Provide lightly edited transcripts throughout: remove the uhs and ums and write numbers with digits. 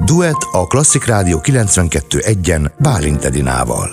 Duett a Klasszik Rádió 92.1-en Bálint Edinával.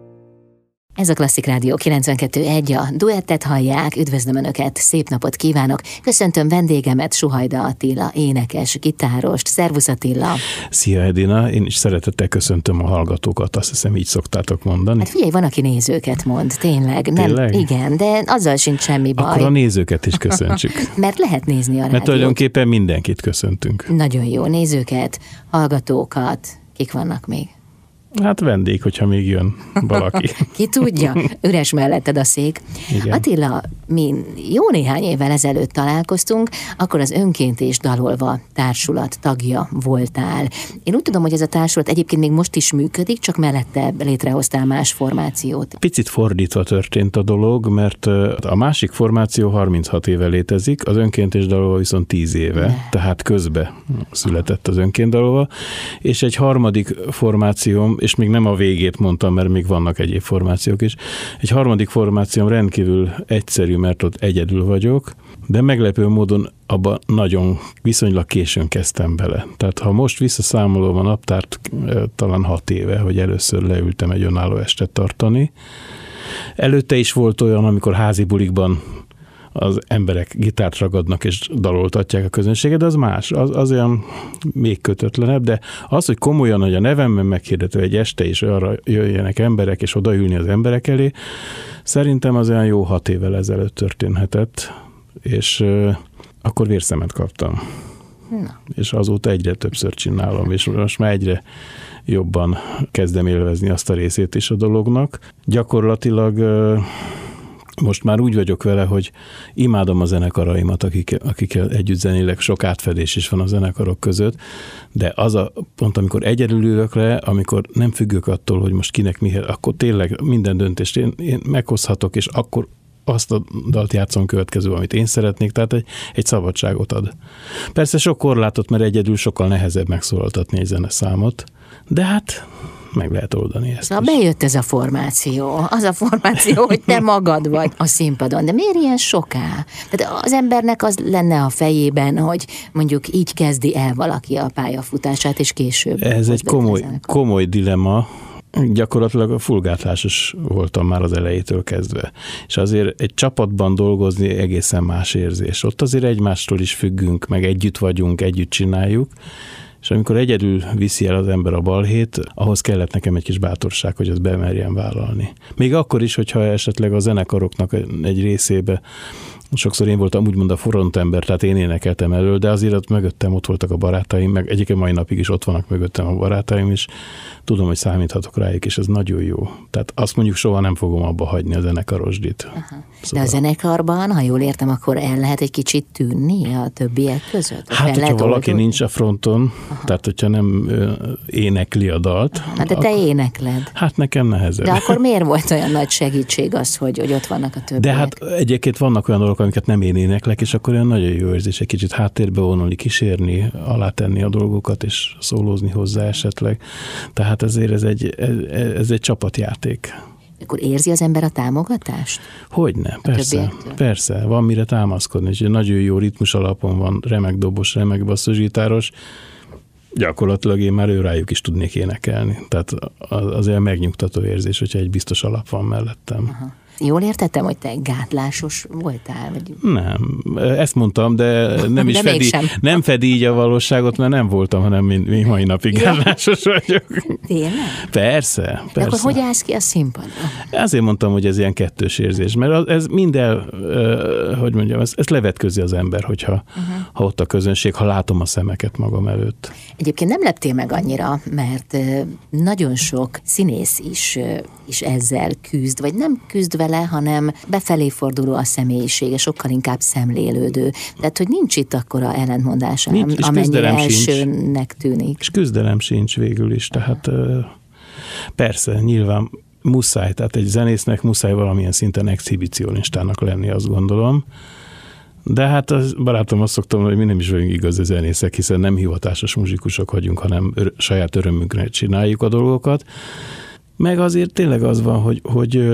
Ez a Klasszik Rádió 92.1, a Duettet hallják, üdvözlöm Önöket, szép napot kívánok, köszöntöm vendégemet, Suhajda Attila, énekes, gitárost. Szervusz Attila! Szia Edina, én is szeretettel köszöntöm a hallgatókat, azt hiszem így szoktátok mondani. Hát figyelj, van, aki nézőket mond, tényleg. Tényleg? Nem, igen, de azzal sincs semmi baj. Akkor a nézőket is köszöntsük. Mert lehet nézni a rádiót. Mert tulajdonképpen mindenkit köszöntünk. Nagyon jó, nézőket, hallgatókat, kik vannak még? Hát vendég, hogyha még jön valaki. Ki tudja, üres melletted a szék. Igen. Attila, mi jó néhány évvel ezelőtt találkoztunk, akkor az Önként és Dalolva társulat tagja voltál. Én úgy tudom, hogy ez a társulat egyébként még most is működik, csak mellette létrehoztál más formációt. Picit fordítva történt a dolog, mert a másik formáció 36 éve létezik, az Önként és Dalolva viszont 10 éve, tehát közbe született az Önként Dalolva, és egy harmadik formációm, és még nem a végét mondtam, mert még vannak egyéb formációk is. Egy harmadik formációm rendkívül egyszerű, mert ott egyedül vagyok, de meglepő módon abban nagyon viszonylag későn kezdtem bele. Tehát ha most visszaszámolom a naptárt, talán 6 éve, hogy először leültem egy önálló estet tartani. Előtte is volt olyan, amikor házi bulikban az emberek gitárt ragadnak és daloltatják a közönséget, de az más, az olyan még kötetlenebb, de az, hogy komolyan, hogy a nevemben meghirdető egy este is arra jöjjenek emberek, és odaülni az emberek elé, szerintem az olyan jó 6 évvel ezelőtt történhetett, és akkor vérszemet kaptam. Na. És azóta egyre többször csinálom, és most már egyre jobban kezdem élvezni azt a részét is a dolognak. Gyakorlatilag most már úgy vagyok vele, hogy imádom a zenekaraimat, akikkel együtt zenélek, sok átfedés is van a zenekarok között, de az a pont, amikor egyedül ülök le, amikor nem függök attól, hogy most kinek mihez, akkor tényleg minden döntést én meghozhatok, és akkor azt a dalt játszom következő, amit én szeretnék, tehát egy szabadságot ad. Persze sok korlátot, mert egyedül sokkal nehezebb megszólaltatni egy zeneszámot, de hát meg lehet oldani ezt. Szóval bejött ez a formáció. Az a formáció, hogy te magad vagy a színpadon. De miért ilyen soká? Tehát az embernek az kenne a fejében, hogy mondjuk így kezdi el valaki a pályafutását, és később. Ez egy komoly dilemma. Gyakorlatilag a fullgátlásos voltam már az elejétől kezdve. És azért egy csapatban dolgozni egészen más érzés. Ott azért egymástól is függünk, meg együtt vagyunk, együtt csináljuk. És amikor egyedül viszi el az ember a balhét, ahhoz kellett nekem egy kis bátorság, hogy ezt bemerjem vállalni. Még akkor is, hogyha esetleg a zenekaroknak egy részébe, sokszor én voltam úgymond a frontember, tehát én énekeltem elől, de azért ott mögöttem ott voltak a barátaim, meg egyébként mai napig is ott vannak mögöttem a barátaim, és tudom, hogy számíthatok rájuk, és ez nagyon jó. Tehát azt mondjuk soha nem fogom abba hagyni a zenekarosdit. Szóval. De a zenekarban, ha jól értem, akkor el lehet egy kicsit tűnni a többiek között? Hát, hogyha valaki nincs a fronton, tehát hogyha nem énekli a dalt. Hát de te énekled. Hát nekem nehezebb. De akkor miért volt olyan nagy segítség az, hogy ott vannak a többiek? De hát egyébként vannak olyan dolgok, amiket nem én éneklek, és akkor olyan nagyon jó érzés egy kicsit háttérbe vonulni, kísérni, alátenni a dolgokat, és szólózni hozzá esetleg. Tehát ezért ez egy csapatjáték. Akkor érzi az ember a támogatást? Hogyne, persze, van mire támaszkodni. És egy nagyon jó ritmus alapon van, remek dobos, remek basszusgitáros, gyakorlatilag én már rájuk is tudnék énekelni. Tehát az olyan megnyugtató érzés, hogyha egy biztos alap van mellettem. Aha. Jól értettem, hogy te gátlásos voltál? Vagy... Nem, ezt mondtam, de nem is nem fedi így a valóságot, mert nem voltam, hanem még mai napig gátlásos vagyok. Tényleg? Persze. De akkor hogy állsz ki a színpadra? Azért mondtam, hogy ez ilyen kettős érzés, mert ez hogy mondjam, ezt levetközi az ember, hogyha ha ott a közönség, ha látom a szemeket magam előtt. Egyébként nem leptél meg annyira, mert nagyon sok színész is ezzel küzd, vagy nem küzd vele, hanem befelé forduló a személyisége, sokkal inkább szemlélődő. Tehát, hogy nincs itt akkora ellentmondás, amennyire elsőnek tűnik. És küzdelem sincs végül is, tehát persze, nyilván muszáj, tehát egy zenésznek muszáj valamilyen szinten exhibicionistának lenni, azt gondolom. De hát barátom, azt szoktam, hogy mi nem is vagyunk igazi zenészek, hiszen nem hivatásos muzsikusok vagyunk, hanem saját örömünkre csináljuk a dolgokat. Meg azért tényleg az van, hogy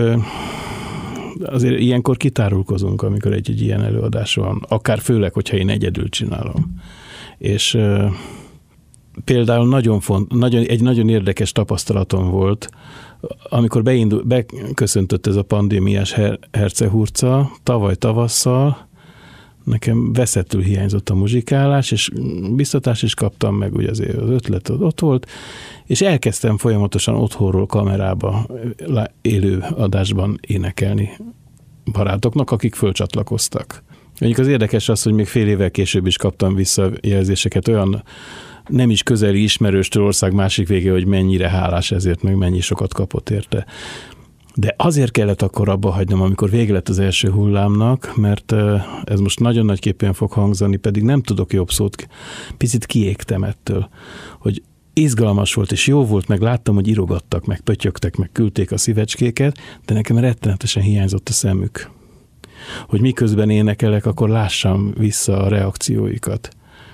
azért ilyenkor kitárulkozunk, amikor egy ilyen előadás van, akár főleg, hogyha én egyedül csinálom. És például egy nagyon érdekes tapasztalatom volt, amikor beköszöntött ez a pandémiás hercehurca tavaly tavasszal, nekem veszettül hiányzott a muzsikálás, és biztatás is kaptam, meg ugye azért az ötlet ott volt, és elkezdtem folyamatosan otthonról kamerába élő adásban énekelni barátoknak, akik fölcsatlakoztak. Mondjuk az érdekes az, hogy még fél évvel később is kaptam visszajelzéseket olyan nem is közeli ismerőstől ország másik vége, hogy mennyire hálás ezért, meg mennyi sokat kapott érte. De azért kellett akkor abba hagynom, amikor vége lett az első hullámnak, mert ez most nagyon nagyképpen fog hangzani, pedig nem tudok jobb szót, picit kiégtem ettől, hogy izgalmas volt, és jó volt, meg láttam, hogy írogattak, meg pötyögtek, meg küldték a szívecskéket, de nekem rettenetesen hiányzott a szemük. Hogy miközben énekelek, akkor lássam vissza a reakcióikat.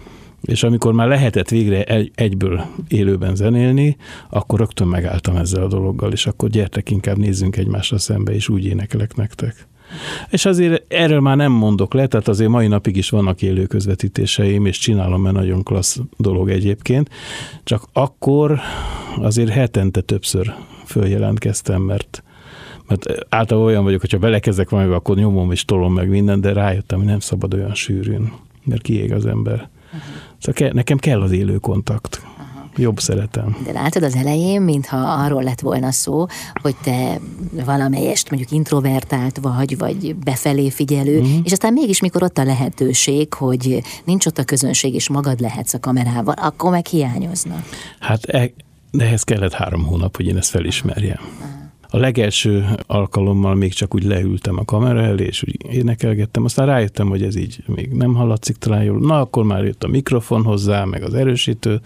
És amikor már lehetett végre egyből élőben zenélni, akkor rögtön megálltam ezzel a dologgal, és akkor gyertek, inkább nézzünk egymásra szembe, és úgy énekelek nektek. És azért erről már nem mondok le, tehát azért mai napig is vannak élő közvetítéseim, és csinálom, mert nagyon klassz dolog egyébként, csak akkor azért hetente többször följelentkeztem, mert általában olyan vagyok, hogyha belekezdek valamivel, akkor nyomom és tolom meg minden, de rájöttem, hogy nem szabad olyan sűrűn, mert kiég az ember. Szóval nekem kell az élő kontakt. Jobb szeretem. De látod az elején, mintha arról lett volna szó, hogy te valamelyest mondjuk introvertált vagy befelé figyelő, és aztán mégis, mikor ott a lehetőség, hogy nincs ott a közönség, és magad lehetsz a kamerával, akkor meg hiányoznak. Hát ehhez kellett 3 hónap, hogy én ezt felismerjem. A legelső alkalommal még csak úgy leültem a kamera elé, és úgy énekelgettem, aztán rájöttem, hogy ez így még nem hallatszik talán jól. Na, akkor már jött a mikrofon hozzá, meg az erősítő.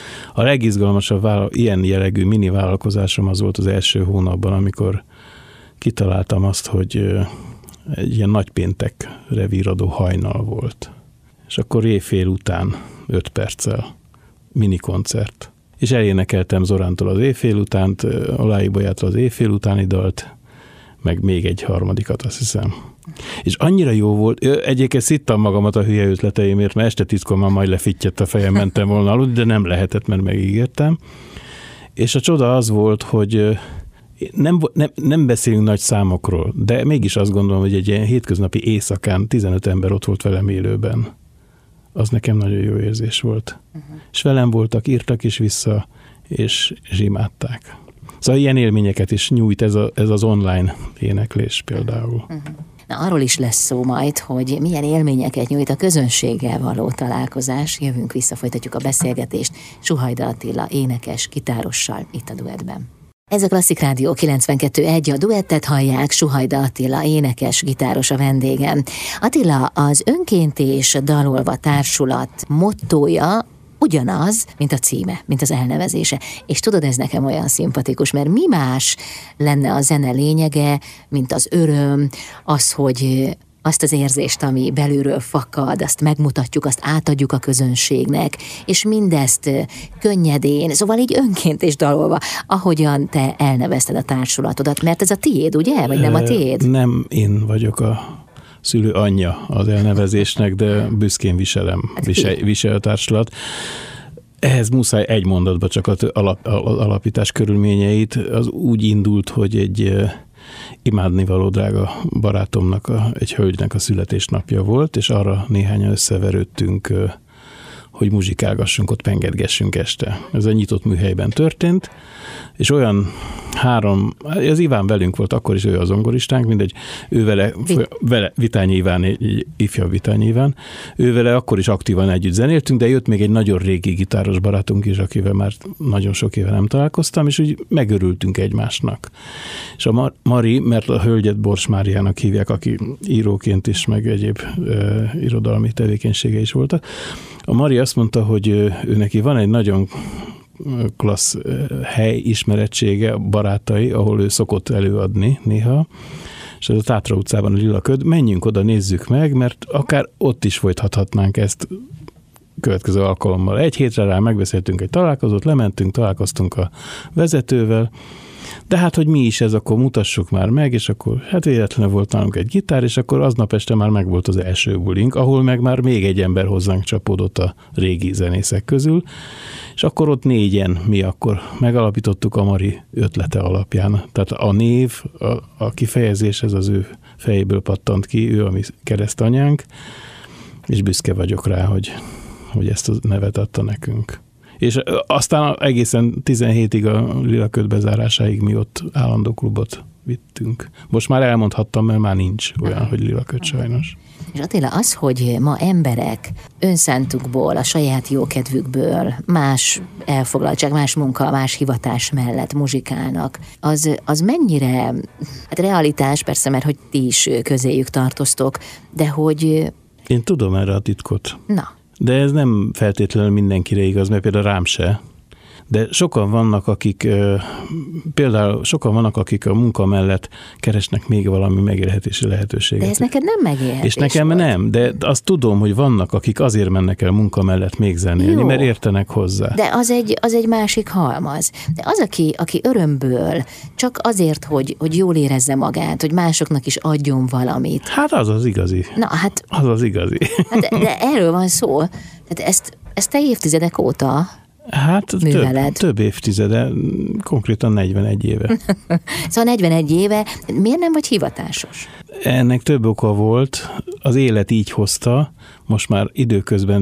A legizgalmasabb ilyen jellegű mini vállalkozásom az volt az első hónapban, amikor kitaláltam azt, hogy egy ilyen nagypéntekre víradó hajnal volt. És akkor éjfél után 5 perccel mini koncert. És elénekeltem Zorántól az éjfél utánt, Olái Bolyától az éjfél utáni dalt, meg még egy harmadikat, azt hiszem. És annyira jó volt, egyébként szittam magamat a hülye ötleteimért, mert este 10-kor már majd lefittyett a fejem, mentem volna aludni, de nem lehetett, mert megígértem. És a csoda az volt, hogy nem beszélünk nagy számokról, de mégis azt gondolom, hogy egy ilyen hétköznapi éjszakán 15 ember ott volt velem élőben. Az nekem nagyon jó érzés volt. És velem voltak, írtak is vissza, és imádták. Szóval ilyen élményeket is nyújt ez az online éneklés például. Na, arról is lesz szó majd, hogy milyen élményeket nyújt a közönséggel való találkozás. Jövünk vissza, folytatjuk a beszélgetést Suhajda Attila énekes, gitárossal itt a Duettben. Ez a Klasszik Rádió 92.1, a Duettet hallják, Suhajda Attila énekes, gitáros a vendégem. Attila, az Önként és Dalolva társulat mottója ugyanaz, mint a címe, mint az elnevezése. És tudod, ez nekem olyan szimpatikus, mert mi más lenne a zene lényege, mint az öröm, az, hogy azt az érzést, ami belülről fakad, azt megmutatjuk, azt átadjuk a közönségnek, és mindezt könnyedén, szóval így önként és dalolva, ahogyan te elnevezted a társulatodat, mert ez a tiéd, ugye? Vagy nem a tiéd? Nem, én vagyok a szülő anyja az elnevezésnek, de büszkén visel a társulat. Ehhez muszáj egy mondatba csak az alapítás körülményeit. Az úgy indult, hogy egy imádnivaló drága barátomnak, egy hölgynek a születésnapja volt, és arra néhányan összeverődtünk, hogy muzsikálgassunk, ott pengetgessünk este. Ez egy nyitott műhelyben történt, és olyan 3, az Iván velünk volt, akkor is ő a zongoristánk, mindegy, ő vele Vitányi Iván, egy ifjabb Vitányi Iván, ő vele akkor is aktívan együtt zenéltünk, de jött még egy nagyon régi gitáros barátunk is, akivel már nagyon sok éve nem találkoztam, és úgy megörültünk egymásnak. És a Mari, mert a hölgyet Bors Máriának hívják, aki íróként is, meg egyéb irodalmi tevékenysége is voltak. A Mari azt mondta, hogy ő neki van egy nagyon klassz hely ismerettsége, barátai, ahol ő szokott előadni néha, és ez a Tátra utcában a Lila Köd, menjünk oda, nézzük meg, mert akár ott is folytathatnánk ezt következő alkalommal. Egy hétre rá megbeszéltünk egy találkozót, lementünk, találkoztunk a vezetővel, De hát, hogy mi is ez, akkor mutassuk már meg, és akkor hát véletlenül volt nálunk egy gitár, és akkor aznap este már megvolt az első bulink, ahol meg már még egy ember hozzánk csapódott a régi zenészek közül, és akkor ott 4-en mi akkor megalapítottuk a Mari ötlete alapján. Tehát a név, a kifejezés, ez az ő fejéből pattant ki, ő a mi keresztanyánk, és büszke vagyok rá, hogy ezt a nevet adta nekünk. És aztán egészen 17-ig a Lila Köd bezárásáig mi ott állandó klubot vittünk. Most már elmondhattam, mert már nincs olyan, hogy Lila Köd sajnos. És Attila, az, hogy ma emberek önszántukból, a saját jókedvükből, más elfoglaltság, más munka, más hivatás mellett muzsikálnak, az mennyire, hát realitás persze, mert hogy ti is közéjük tartoztok, de hogy... Én tudom erre a titkot. Na. De ez nem feltétlenül mindenkire igaz, mert például rám se. De sokan vannak, akik a munka mellett keresnek még valami megélhetési lehetőséget. De ez neked nem megélhetés És nekem volt. nem, de azt tudom, hogy vannak, akik azért mennek el munka mellett még zenélni, mert értenek hozzá. De az egy másik halmaz. De az, aki örömből, csak azért, hogy jól érezze magát, hogy másoknak is adjon valamit. Hát az az igazi. Na, hát... Az az igazi. Hát de erről van szó. Tehát ezt te évtizedek óta Hát műveled. Több évtizede, konkrétan 41 éve. Szóval 41 éve, miért nem vagy hivatásos? Ennek több oka volt, az élet így hozta, most már időközben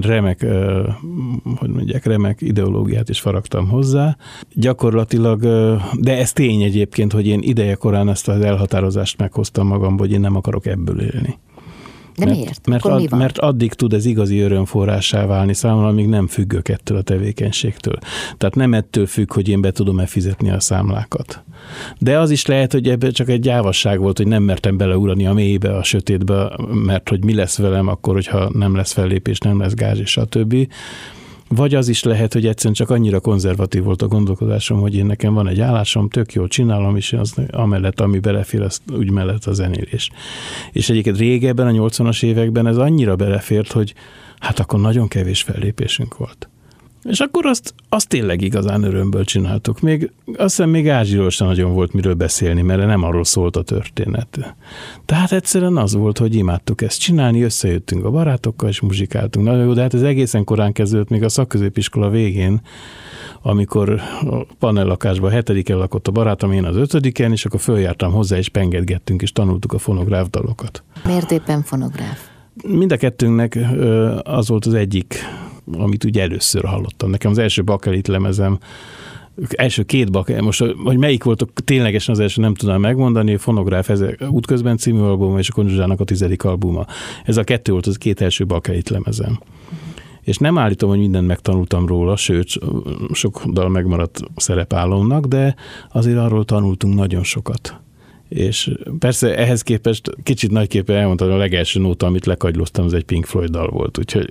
remek ideológiát is faragtam hozzá. Gyakorlatilag, de ez tény egyébként, hogy én idejekorán ezt az elhatározást meghoztam magamból, hogy én nem akarok ebből élni. De miért? Mi van? Mert addig tud ez igazi örömforrássá válni számomra, amíg nem függök ettől a tevékenységtől. Tehát nem ettől függ, hogy én be tudom-e fizetni a számlákat. De az is lehet, hogy ebben csak egy gyávasság volt, hogy nem mertem beleugrani a mélybe, a sötétbe, mert hogy mi lesz velem akkor, hogyha nem lesz fellépés, nem lesz gáz, és stb. Vagy az is lehet, hogy egyszerűen csak annyira konzervatív volt a gondolkodásom, hogy én nekem van egy állásom, tök jól csinálom, és az amellett, ami belefér, az úgy mellett a zenélés. És egyébként régebben, a 80-as években ez annyira belefért, hogy hát akkor nagyon kevés fellépésünk volt. És akkor azt tényleg igazán örömből csináltuk. Azt hiszem még Ázsiról sem nagyon volt miről beszélni, mert nem arról szólt a történet. Tehát egyszerűen az volt, hogy imádtuk ezt csinálni, összejöttünk a barátokkal, és muzsikáltunk. Nagyon jó, de hát ez egészen korán kezdődött, még a szakközépiskola végén, amikor a panellakásban 7-en lakott a barátom, én az 5-en, és akkor följártam hozzá, és pengetgettünk, és tanultuk a fonográf dalokat. Miért éppen fonográf? Mind a kettőnknek az volt az egyik, amit ugye először hallottam. Nekem az első Bakelit lemezem, első 2 Bakelit, most, hogy melyik volt ténylegesen az első, nem tudnám megmondani, a Fonográf, ez Útközben című albuma, és a Konzsuzsának a 10. albuma. Ez a 2 volt az 2 első Bakelit lemezem. És nem állítom, hogy mindent megtanultam róla, sőt, sok dal megmaradt szerepállomnak, de azért arról tanultunk nagyon sokat. És persze ehhez képest kicsit nagyképpen elmondtam, a legelső nóta, amit lekagyloztam, az egy Pink Floyd dal volt, úgyhogy...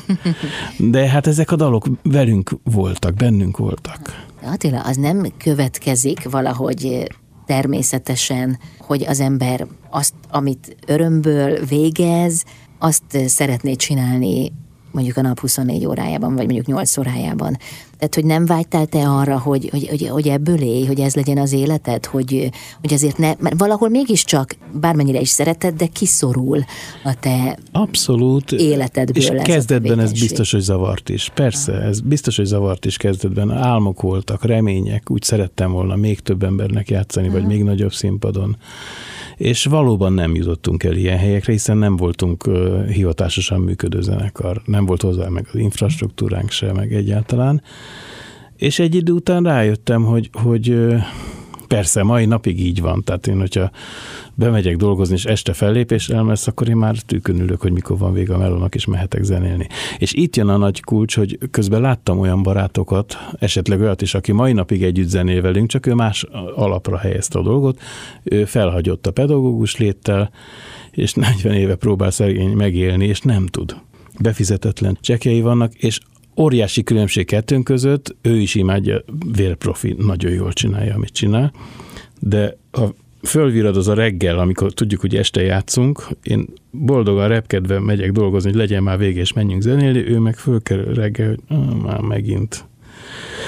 De hát ezek a dalok velünk voltak, bennünk voltak. Attila, az nem következik valahogy természetesen, hogy az ember azt, amit örömből végez, azt szeretné csinálni mondjuk a nap 24 órájában, vagy mondjuk 8 órájában. Tehát, hogy nem vágytál te arra, hogy ebből élj, hogy ez legyen az életed, hogy azért ne, mert valahol mégiscsak, bármennyire is szereted, de kiszorul a te abszolút életedből. És kezdetben ez biztos, hogy zavart is. Persze, ez biztos, hogy zavart is kezdetben. Álmok voltak, remények, úgy szerettem volna még több embernek játszani, vagy még nagyobb színpadon. És valóban nem jutottunk el ilyen helyekre, hiszen nem voltunk hivatásosan működő zenekar. Nem volt hozzá meg az infrastruktúránk se, meg egyáltalán. És egy idő után rájöttem, hogy persze, mai napig így van. Tehát én, hogyha bemegyek dolgozni, és este fellépés elmesz, akkor én már tűkön ülök, hogy mikor van vége a melónak, és mehetek zenélni. És itt jön a nagy kulcs, hogy közben láttam olyan barátokat, esetleg olyat is, aki mai napig együtt zenél velünk, csak ő más alapra helyezte a dolgot, ő felhagyott a pedagógus léttel, és 40 éve próbál szegény megélni, és nem tud. Befizetetlen csekjei vannak, és óriási különbség kettőnk között, ő is imádja, vérprofi, nagyon jól csinálja, amit csinál, de ha fölvirad az a reggel, amikor tudjuk, hogy este játszunk, én boldogan, repkedve megyek dolgozni, hogy legyen már vége, és menjünk zenélni, ő meg fölkerül reggel, hogy már megint.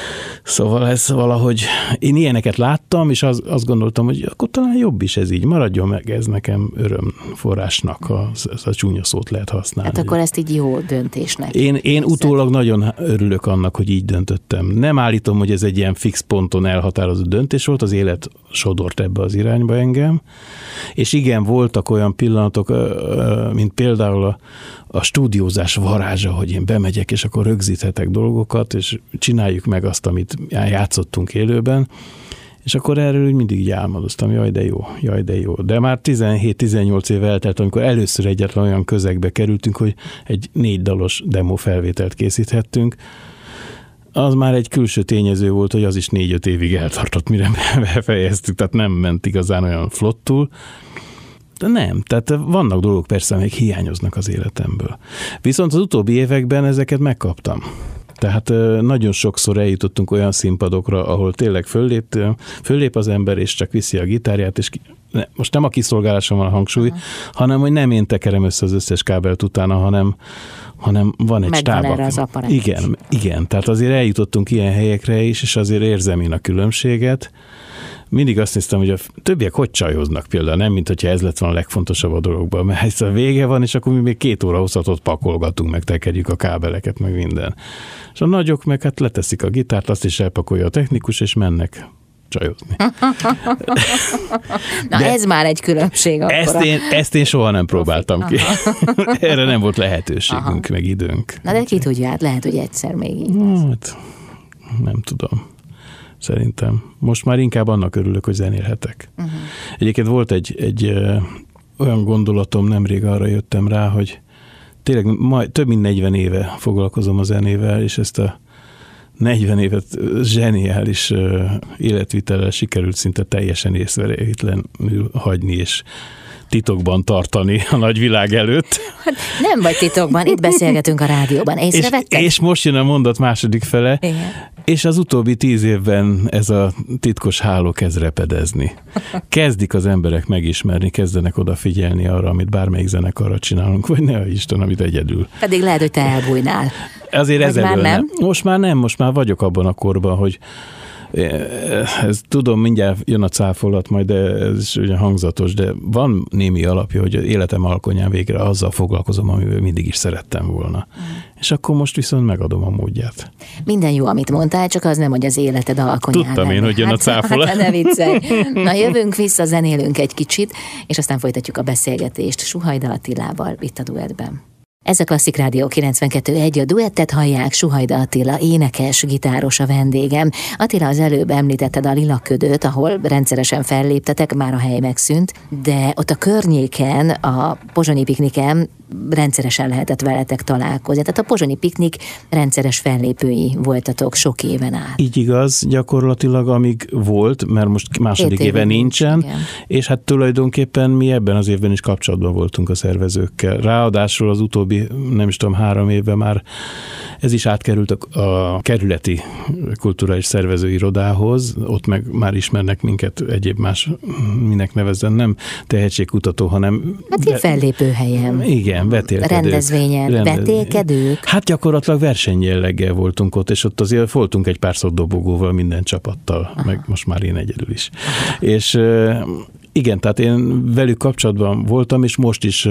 Szóval ez valahogy, én ilyeneket láttam, és azt gondoltam, hogy akkor talán jobb is ez így, maradjon meg, ez nekem örömforrásnak, ez a csúnya szót lehet használni. Hát akkor ezt így jó döntésnek. Én utólag nagyon örülök annak, hogy így döntöttem. Nem állítom, hogy ez egy ilyen fix ponton elhatározott döntés volt, az élet sodort ebbe az irányba engem, és igen, voltak olyan pillanatok, mint például a stúdiózás varázsa, hogy én bemegyek, és akkor rögzíthetek dolgokat, és csináljuk meg azt, amit játszottunk élőben, és akkor erről úgy mindig így álmodoztam, jaj de jó. De már 17-18 év eltelt, amikor először egyetlen olyan közegbe kerültünk, hogy egy 4 dalos demo felvételt készíthettünk. Az már egy külső tényező volt, hogy az is 4-5 évig eltartott, mire befejeztük, tehát nem ment igazán olyan flottul. De nem, tehát vannak dolgok persze, amelyek hiányoznak az életemből. Viszont az utóbbi években ezeket megkaptam. Tehát nagyon sokszor eljutottunk olyan színpadokra, ahol tényleg föllép az ember, és csak viszi a gitárját, és most nem a kiszolgáláson van a hangsúly, hanem hogy nem én tekerem össze az összes kábelt utána, hanem van egy stáb. Megvan erre az apparátus. Igen, tehát azért eljutottunk ilyen helyekre is, és azért érzem én a különbséget. Mindig azt néztem, hogy a többiek hogy csajoznak például, nem mint hogyha ez lett volna a legfontosabb a dologban, mert ez a vége van, és akkor mi még 2 óra hosszatot pakolgatunk, meg tekerjük a kábeleket, meg minden. És a nagyok meg hát leteszik a gitárt, azt is elpakolja a technikus, és mennek csajozni. Na ez már egy különbség akkor. Ezt én soha nem próbáltam ki. Erre nem volt lehetőségünk, meg időnk. Na de ki tudja, hát lehet, hogy egyszer még így. Hát, nem tudom. Szerintem. Most már inkább annak örülök, hogy zenélhetek. Egyébként volt egy olyan gondolatom, nemrég arra jöttem rá, hogy tényleg több mint 40 éve foglalkozom a zenével, és ezt a 40 évet zseniális életvitellel sikerült szinte teljesen észrevétlenül hagyni, és titokban tartani a nagyvilág előtt. Hát nem vagy titokban, itt beszélgetünk a rádióban. Észrevetted? És most jön a mondat második fele, igen. És az utóbbi 10 évben ez a titkos háló kezd repedezni. Kezdik az emberek megismerni, kezdenek odafigyelni arra, amit bármelyik zenekarra csinálunk, vagy ne Isten, amit egyedül. Pedig lehet, hogy te elbújnál. Azért ezelőtt nem. Most már vagyok abban a korban, hogy ez tudom, mindjárt jön a cáfolat, majd de ez is ugye hangzatos, de van némi alapja, hogy az életem alkonyán végre azzal foglalkozom, amivel mindig is szerettem volna. És akkor most viszont megadom a módját. Minden jó, amit mondtál, csak az nem, hogy az életed alkonyán. Tudtam én, hogy jön a cáfolat. Hát ne viccelj. Na jövünk vissza, zenélünk egy kicsit, és aztán folytatjuk a beszélgetést Suhajda Attilával itt a Duettben. Ez a Klasszik Rádió 92.1, a duettet hallják, Suhajda Attila, énekes, gitáros a vendégem. Attila, az előbb említetted a Lila Ködöt, ahol rendszeresen felléptetek, már a hely megszűnt, de ott a környéken, a Pozsonyi Pikniken rendszeresen lehetett veletek találkozni. Tehát a Pozsonyi Piknik rendszeres fellépői voltatok sok éven át. Így igaz, gyakorlatilag amíg volt, mert most második éve nincsen, és hát tulajdonképpen mi ebben az évben is kapcsolatban voltunk a szervezőkkel. Ráadásul az utóbbi, nem is tudom, 3 évben már ez is átkerült a kerületi kulturális szervezőirodához, ott meg már ismernek minket egyéb más, minek nevezzen, nem tehetségkutató, hanem... Hát fellépő helyen. Igen, vetélkedők. Rendezvényen. Vetélkedők? Hát gyakorlatilag versenyjelleggel voltunk ott, és ott azért voltunk egy párszor dobogóval minden csapattal, meg most már én egyedül is. És igen, tehát én velük kapcsolatban voltam, és most is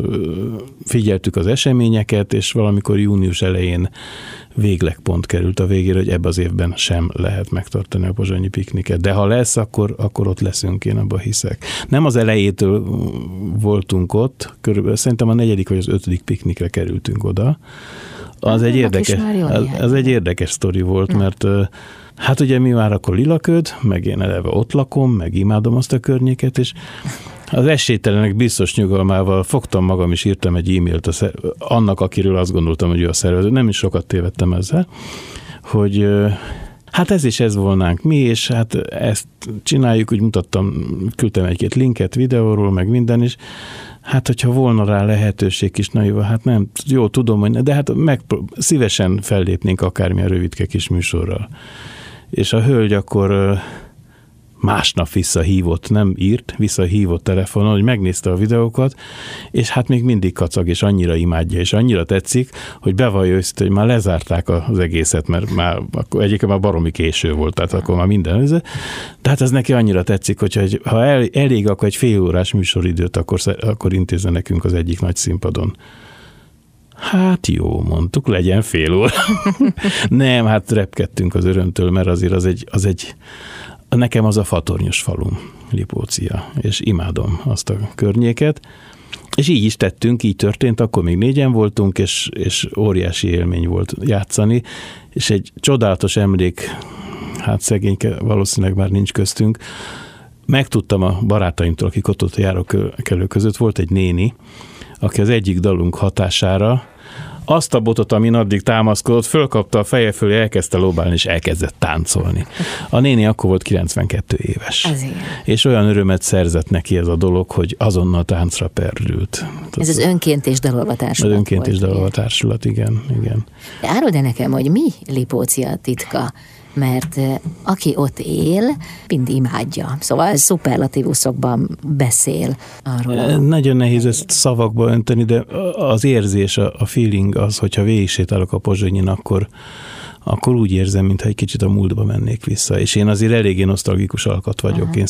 figyeltük az eseményeket, és valamikor június elején véglegpont került a végére, hogy ebben az évben sem lehet megtartani a Pozsonyi Pikniket. De ha lesz, akkor ott leszünk, én abban hiszek. Nem az elejétől voltunk ott, körülbelül szerintem a 4. vagy az 5. piknikre kerültünk oda. Az egy érdekes sztori volt, mert hát ugye mi már akkor Lilaköd, meg én eleve ott lakom, meg imádom azt a környéket, és az esélytelenek biztos nyugalmával fogtam magam, és írtam egy e-mailt annak, akiről azt gondoltam, hogy ő a szervező. Nem is sokat tévedtem ezzel, hogy hát ez is ez volnánk mi, és hát ezt csináljuk, úgy mutattam, küldtem egy-két linket videóról, meg minden is. Hát, hogyha volna rá lehetőség is, na jó, hát nem, jó, tudom, hogy de hát szívesen fellépnénk akármilyen rövidke kis műsorral. És a hölgy akkor másnap visszahívott, nem írt, visszahívott telefonon, hogy megnézte a videókat, és hát még mindig kacag, és annyira imádja, és annyira tetszik, hogy bevallja őszintén, hogy már lezárták az egészet, mert már egyébként már baromi késő volt, tehát akkor már minden ez. De hát ez neki annyira tetszik, hogy ha elég, akkor egy fél órás műsoridőt, akkor intézze nekünk az egyik nagy színpadon. Hát jó, mondtuk, legyen fél óra. Nem, hát repkedtünk az örömtől, mert azért nekem az a fatornyos falum, Lipócia, és imádom azt a környéket. És így is tettünk, így történt, akkor még 4-en voltunk, és óriási élmény volt játszani, és egy csodálatos emlék, hát szegényke valószínűleg már nincs köztünk, megtudtam a barátaimtól, akik ott járókelő között, volt egy néni, aki az egyik dalunk hatására azt a botot, amin addig támaszkodott, fölkapta a feje fölé, elkezdte lóbálni, és elkezdett táncolni. A néni akkor volt 92 éves. Azért. És olyan örömet szerzett neki ez a dolog, hogy azonnal táncra perdült. Ez az Önként és Dalolva Társulat. Az Önként és Dalolva Társulat, igen. De áruld nekem, hogy mi Lipócia titka? Mert aki ott él, mind imádja. Szóval szuperlatívuszokban beszél arról. Nagyon nehéz ezt szavakba önteni, de az érzés, a feeling az, hogyha végigsétálok a Pozsonyin, akkor úgy érzem, mintha egy kicsit a múltba mennék vissza. És én azért eléggé nosztalgikus alkat vagyok. Aha. Én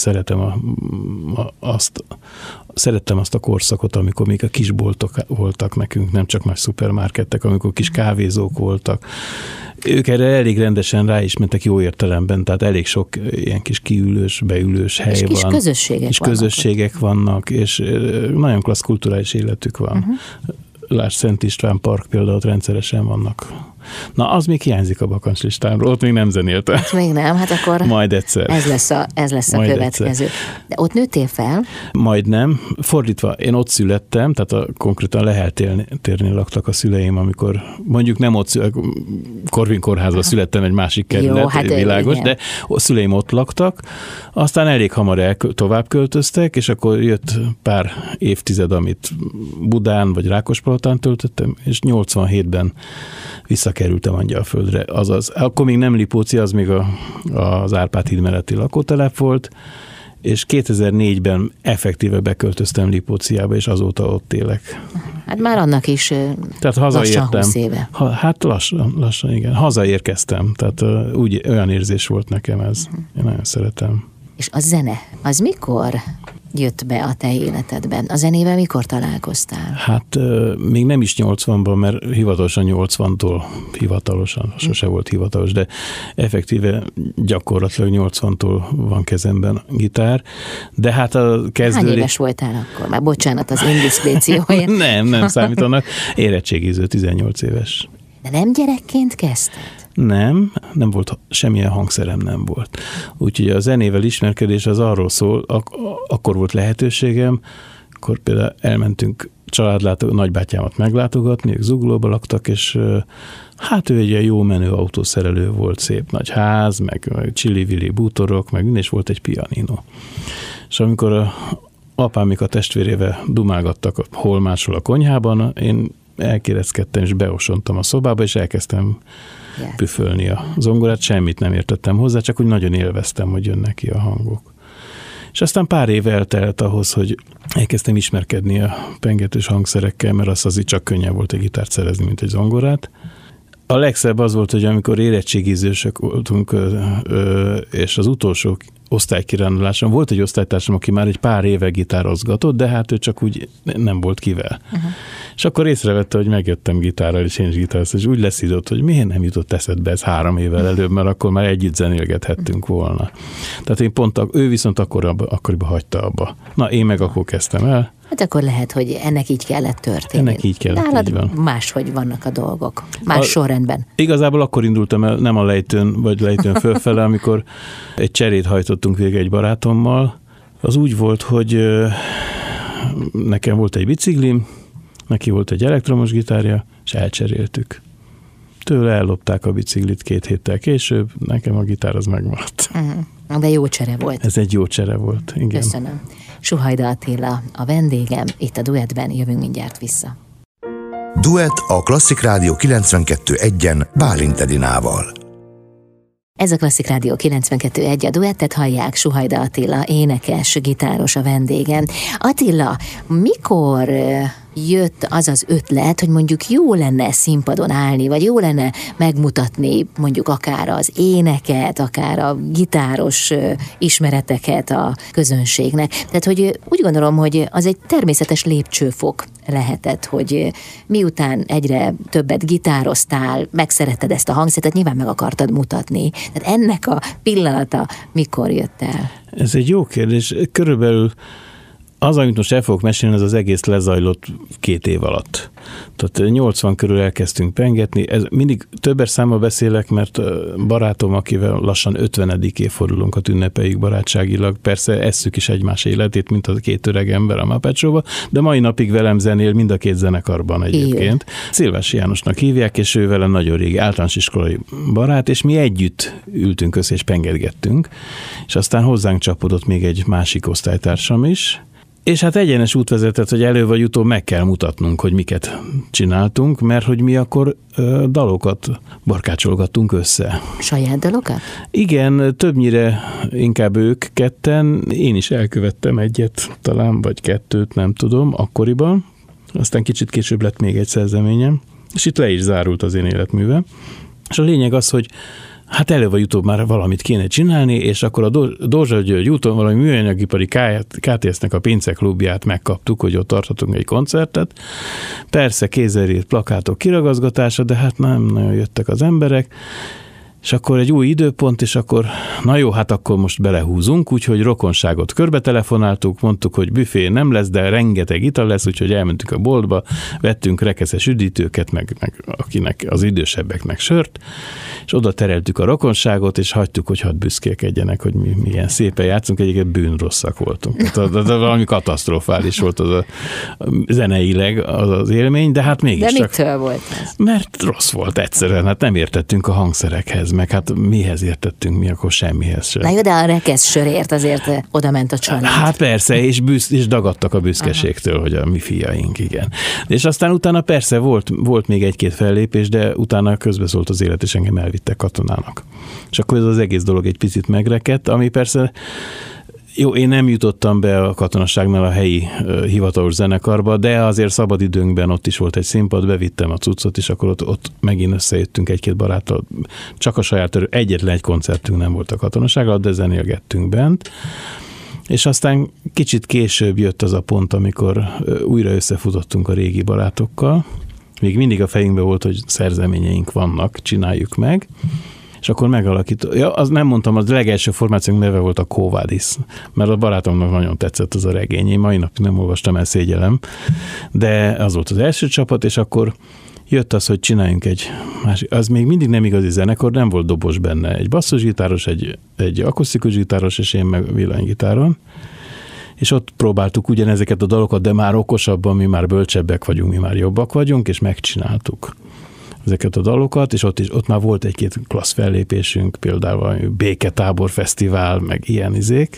szerettem azt a korszakot, amikor még a kisboltok voltak nekünk, nem csak nagy szupermarketek, amikor kis kávézók voltak. Ők erre elég rendesen rá is mentek jó értelemben, tehát elég sok ilyen kis kiülős, beülős hely van. És közösségek vannak, és nagyon klassz kulturális életük van. Uh-huh. Lásd, Szent István Park például ott rendszeresen vannak. Na, az még hiányzik a bakancslistámról, ott még nem zenéltem. Még nem, hát akkor majd egyszer. Ez lesz a következő. Egyszer. De ott nőttél fel? Majd nem. Fordítva, én ott születtem, tehát konkrétan Lehel térnél laktak a szüleim, amikor mondjuk nem ott Korvin kórházba születtem, egy másik kerület, hát világos, de a szüleim ott laktak, aztán elég hamar tovább költöztek, és akkor jött pár évtized, amit Budán vagy Rákospalotán töltöttem, és 87-ben visszakerültem Angyalföldre. Azaz, akkor még nem Lipócia, az még az Árpád híd melletti lakótelep volt, és 2004-ben effektíve beköltöztem Lipóciába, és azóta ott élek. Hát már annak is tehát lassan 20 éve. Hát lassan, igen. Hazaérkeztem, tehát olyan érzés volt nekem ez. Én nagyon szeretem. És a zene, az mikor jött be a te életedben? A zenével mikor találkoztál? Hát még nem is 80-ban, mert hivatalosan 80-tól, sose volt hivatalos, de effektíve gyakorlatilag 80-tól van kezemben gitár, de hát a kezdő... Hány éves voltál akkor? Már bocsánat az indiszkrécióért. nem számítanak. Érettségiző, 18 éves. De nem gyerekként kezdted? Nem volt, semmilyen hangszerem nem volt. Úgyhogy a zenével ismerkedés az arról szól, akkor volt lehetőségem, akkor például elmentünk nagybátyámat meglátogatni, ők Zuglóba laktak, és hát ő egy ilyen jó menő autószerelő volt, szép nagy ház, meg csili-vili bútorok, meg minden, és volt egy pianino. És amikor a apámik a testvérével dumálgattak hol máshol a konyhában, én elkérezkedtem, és beosontam a szobába, és elkezdtem püfölni a zongorát, semmit nem értettem hozzá, csak úgy nagyon élveztem, hogy jönnek ki a hangok. És aztán pár év eltelt ahhoz, hogy elkezdtem ismerkedni a pengetős hangszerekkel, mert az azért csak könnyebb volt egy gitárt szerezni, mint egy zongorát. A legszebb az volt, hogy amikor érettségizősök voltunk, és az utolsó osztálykiránduláson volt egy osztálytársam, aki már egy pár éve gitározgatott, de hát ő csak úgy nem volt kivel. Uh-huh. És akkor észrevette, hogy megjöttem gitárral, és én is gitároztam, és úgy leszidott, hogy miért nem jutott eszedbe ez 3 évvel előbb, mert akkor már együtt zenélgethettünk volna. Tehát én ő viszont akkoriban hagyta abba. Na, én meg akkor kezdtem el. Hát akkor lehet, hogy ennek így kellett történni. Ennek így kellett, nálad így van. Máshogy vannak a dolgok. Más sorrendben. Igazából akkor indultam el, nem a lejtőn fölfele, amikor egy cserét hajtottunk végig egy barátommal. Az úgy volt, hogy nekem volt egy biciklim, neki volt egy elektromos gitárja, és elcseréltük. Tőle ellopták a biciklit 2 héttel később, nekem a gitár az megmaradt. De jó csere volt. Ez egy jó csere volt, igen. Köszönöm. Suhajda Attila a vendégem, itt a Duettben, jövünk mindjárt vissza. Duett a Klasszik Rádió 92.1-en Bálint Edinával. Ez a Klasszik Rádió 92.1, a duettet hallják, Suhajda Attila, énekes, gitáros a vendégem. Attila, mikor jött az az ötlet, hogy mondjuk jó lenne színpadon állni, vagy jó lenne megmutatni mondjuk akár az éneket, akár a gitáros ismereteket a közönségnek. Tehát, hogy úgy gondolom, hogy az egy természetes lépcsőfok lehetett, hogy miután egyre többet gitároztál, megszeretted ezt a hangszert, nyilván meg akartad mutatni. Tehát ennek a pillanata mikor jött el? Ez egy jó kérdés. Körülbelül az, amit most el fogok mesélni, ez az egész lezajlott 2 év alatt. Tehát 80 körül elkezdtünk pengetni. Ez mindig többes számmal beszélek, mert barátom, akivel lassan 50. évfordulónkat ünnepeljük barátságilag, persze esszük is egymás életét, mint a 2 öreg ember a Muppet Show-ba, de mai napig velem zenél mind a 2 zenekarban egyébként. Szilvási Jánosnak hívják, és ő vele nagyon régi általános iskolai barát, és mi együtt ültünk össze és pengetgettünk, és aztán hozzánk csapodott még egy másik osztálytársam is, és hát egyenes út vezetett, hogy elő vagy utóbb meg kell mutatnunk, hogy miket csináltunk, mert hogy mi akkor dalokat barkácsolgattunk össze. Saját dalokat? Igen, többnyire inkább ők ketten, én is elkövettem egyet talán, vagy 2, nem tudom, akkoriban. Aztán kicsit később lett még egy szerzeményem, és itt le is zárult az én életművem. És a lényeg az, hogy hát elő vagy utóbb már valamit kéne csinálni, és akkor a Dózsa György úton valami műanyagipari KTS-nek a Pince klubját megkaptuk, hogy ott tartottunk egy koncertet. Persze kézzel írt plakátok kiragazgatása, de hát nem nagyon jöttek az emberek, és akkor egy új időpont, és akkor na jó, hát akkor most belehúzunk, úgyhogy rokonságot körbetelefonáltuk, mondtuk, hogy büfé nem lesz, de rengeteg ital lesz, úgyhogy elmentünk a boltba, vettünk rekeszes üdítőket, meg akinek az idősebbeknek sört, és oda tereltük a rokonságot, és hagytuk, hogy hadd büszkélkedjenek, hogy mi milyen szépen játszunk, egyébként bűnrosszak voltunk. Tehát valami katasztrofális volt az a zeneileg az élmény, de hát mégis de csak... mitől volt ez? Mert rossz volt egyszerűen, hát nem értettünk a hangszerekhez, meg hát mihez értettünk, mi akkor semmihez sem. Na jó, de a rekesz sörért azért oda ment a család. Hát persze, és dagadtak a büszkeségtől, hogy a mi fiaink, igen. És aztán utána persze volt még 1-2 fellépés, de utána közbeszólt az élet, és engem elvittek katonának. És akkor ez az egész dolog egy picit megrekedt, ami persze jó, én nem jutottam be a katonaságnál a helyi hivatalos zenekarba, de azért szabadidőnkben ott is volt egy színpad, bevittem a cuccot, és akkor ott megint összejöttünk 1-2 baráttal. Csak a saját egyetlen egy koncertünk nem volt a katonasággal, de zenélgettünk bent. És aztán kicsit később jött az a pont, amikor újra összefutottunk a régi barátokkal. Még mindig a fejünkben volt, hogy szerzeményeink vannak, csináljuk meg. És akkor megalakított. Ja, az nem mondtam, az legelső formációnk neve volt a Quo Vadis, mert a barátomnak nagyon tetszett az a regény. Én mai napig nem olvastam el, szégyellem, de az volt az első csapat, és akkor jött az, hogy csináljunk egy másik. Az még mindig nem igazi zenekar, nem volt dobos benne. Egy basszusgitáros, egy akusztikus gitáros, és én meg villanygitáron. És ott próbáltuk ugyanezeket a dalokat, de már okosabban, mi már bölcsebbek vagyunk, mi már jobbak vagyunk, és megcsináltuk ezeket a dalokat, és ott már volt 1-2 klassz fellépésünk, például a Béketábor Fesztivál, meg ilyen izék.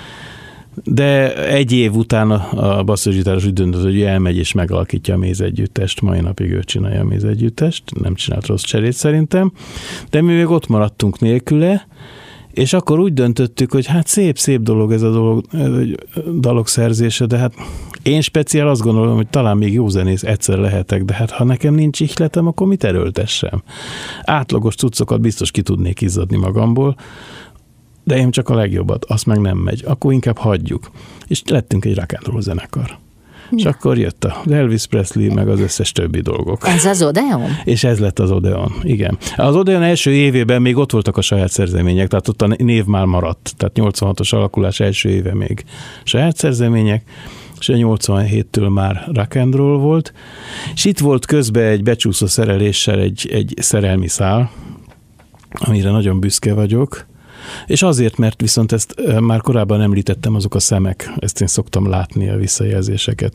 De 1 év után a basszusgitáros úgy döntött, hogy elmegy és megalakítja a Mézegyüttest, mai napig ő csinálja a Mézegyüttest, nem csinált rossz cserét szerintem, de mi még ott maradtunk nélküle, és akkor úgy döntöttük, hogy hát szép dolog ez a dalok szerzése, de hát én speciál azt gondolom, hogy talán még jó zenész egyszer lehetek, de hát ha nekem nincs ihletem, akkor mit erőltessem? Átlagos cuccokat biztos ki tudnék izzadni magamból, de én csak a legjobbat, azt meg nem megy. Akkor inkább hagyjuk. És lettünk egy rock and roll zenekar. És akkor jött az Elvis Presley, meg az összes többi dolgok. Ez az Odeon? És ez lett az Odeon, igen. Az Odeon első évében még ott voltak a saját szerzemények, tehát ott a név már maradt. Tehát 86-os alakulás első éve még saját szerzemények, és a 87-től már rock and roll volt. És itt volt közben egy becsúszó szereléssel egy szerelmi szál, amire nagyon büszke vagyok. És azért, mert viszont ezt már korábban említettem, azok a szemek, ezt én szoktam látni a visszajelzéseket.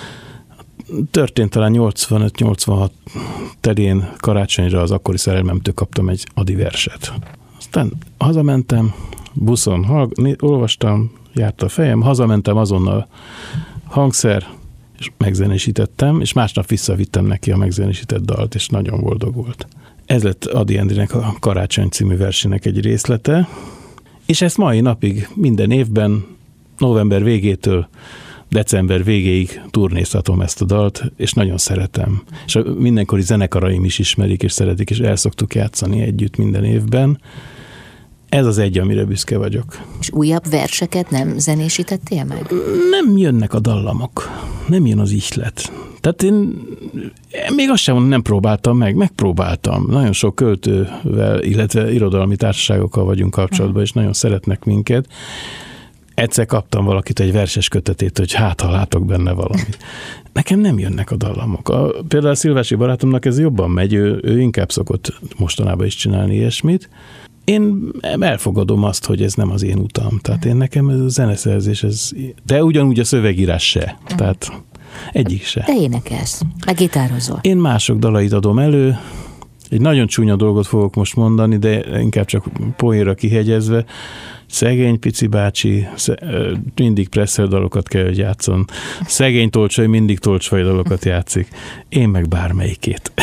Történt talán 85-86 terén karácsonyra az akkori szerelmemtől kaptam egy Adi verset. Aztán hazamentem, buszon olvastam, járt a fejem, hazamentem azonnal hangszer, és megzenésítettem, és másnap visszavittem neki a megzenésített dalt, és nagyon boldog volt. Ez lett Ady Endrének a Karácsony című versének egy részlete, és ezt mai napig minden évben, november végétől december végéig turnéztatom ezt a dalt, és nagyon szeretem. És a mindenkori zenekaraim is ismerik, és szeretik, és el szoktuk játszani együtt minden évben. Ez az egy, amire büszke vagyok. És újabb verseket nem zenésítettél meg? Nem jönnek a dallamok, nem jön az ihlet. Tehát én még azt sem nem próbáltam meg, megpróbáltam. Nagyon sok költővel, illetve irodalmi társaságokkal vagyunk kapcsolatban, és nagyon szeretnek minket. Egyszer kaptam valakit egy verses kötetét, hogy ha látok benne valamit. Nekem nem jönnek a dallamok. Például a Szilvási barátomnak ez jobban megy, ő inkább szokott mostanában is csinálni ilyesmit. Én elfogadom azt, hogy ez nem az én utam. Tehát én nekem ez a zeneszerzés, de ugyanúgy a szövegírás se. Tehát egyik se. Te énekelsz, meg gitározol. Én mások dalait adom elő. Egy nagyon csúnya dolgot fogok most mondani, de inkább csak poénra kihegyezve. Szegény pici bácsi, mindig Pressel dalokat kell, hogy játszon. Szegény Tolcsai mindig Tolcsai dalokat játszik. Én meg bármelyikét.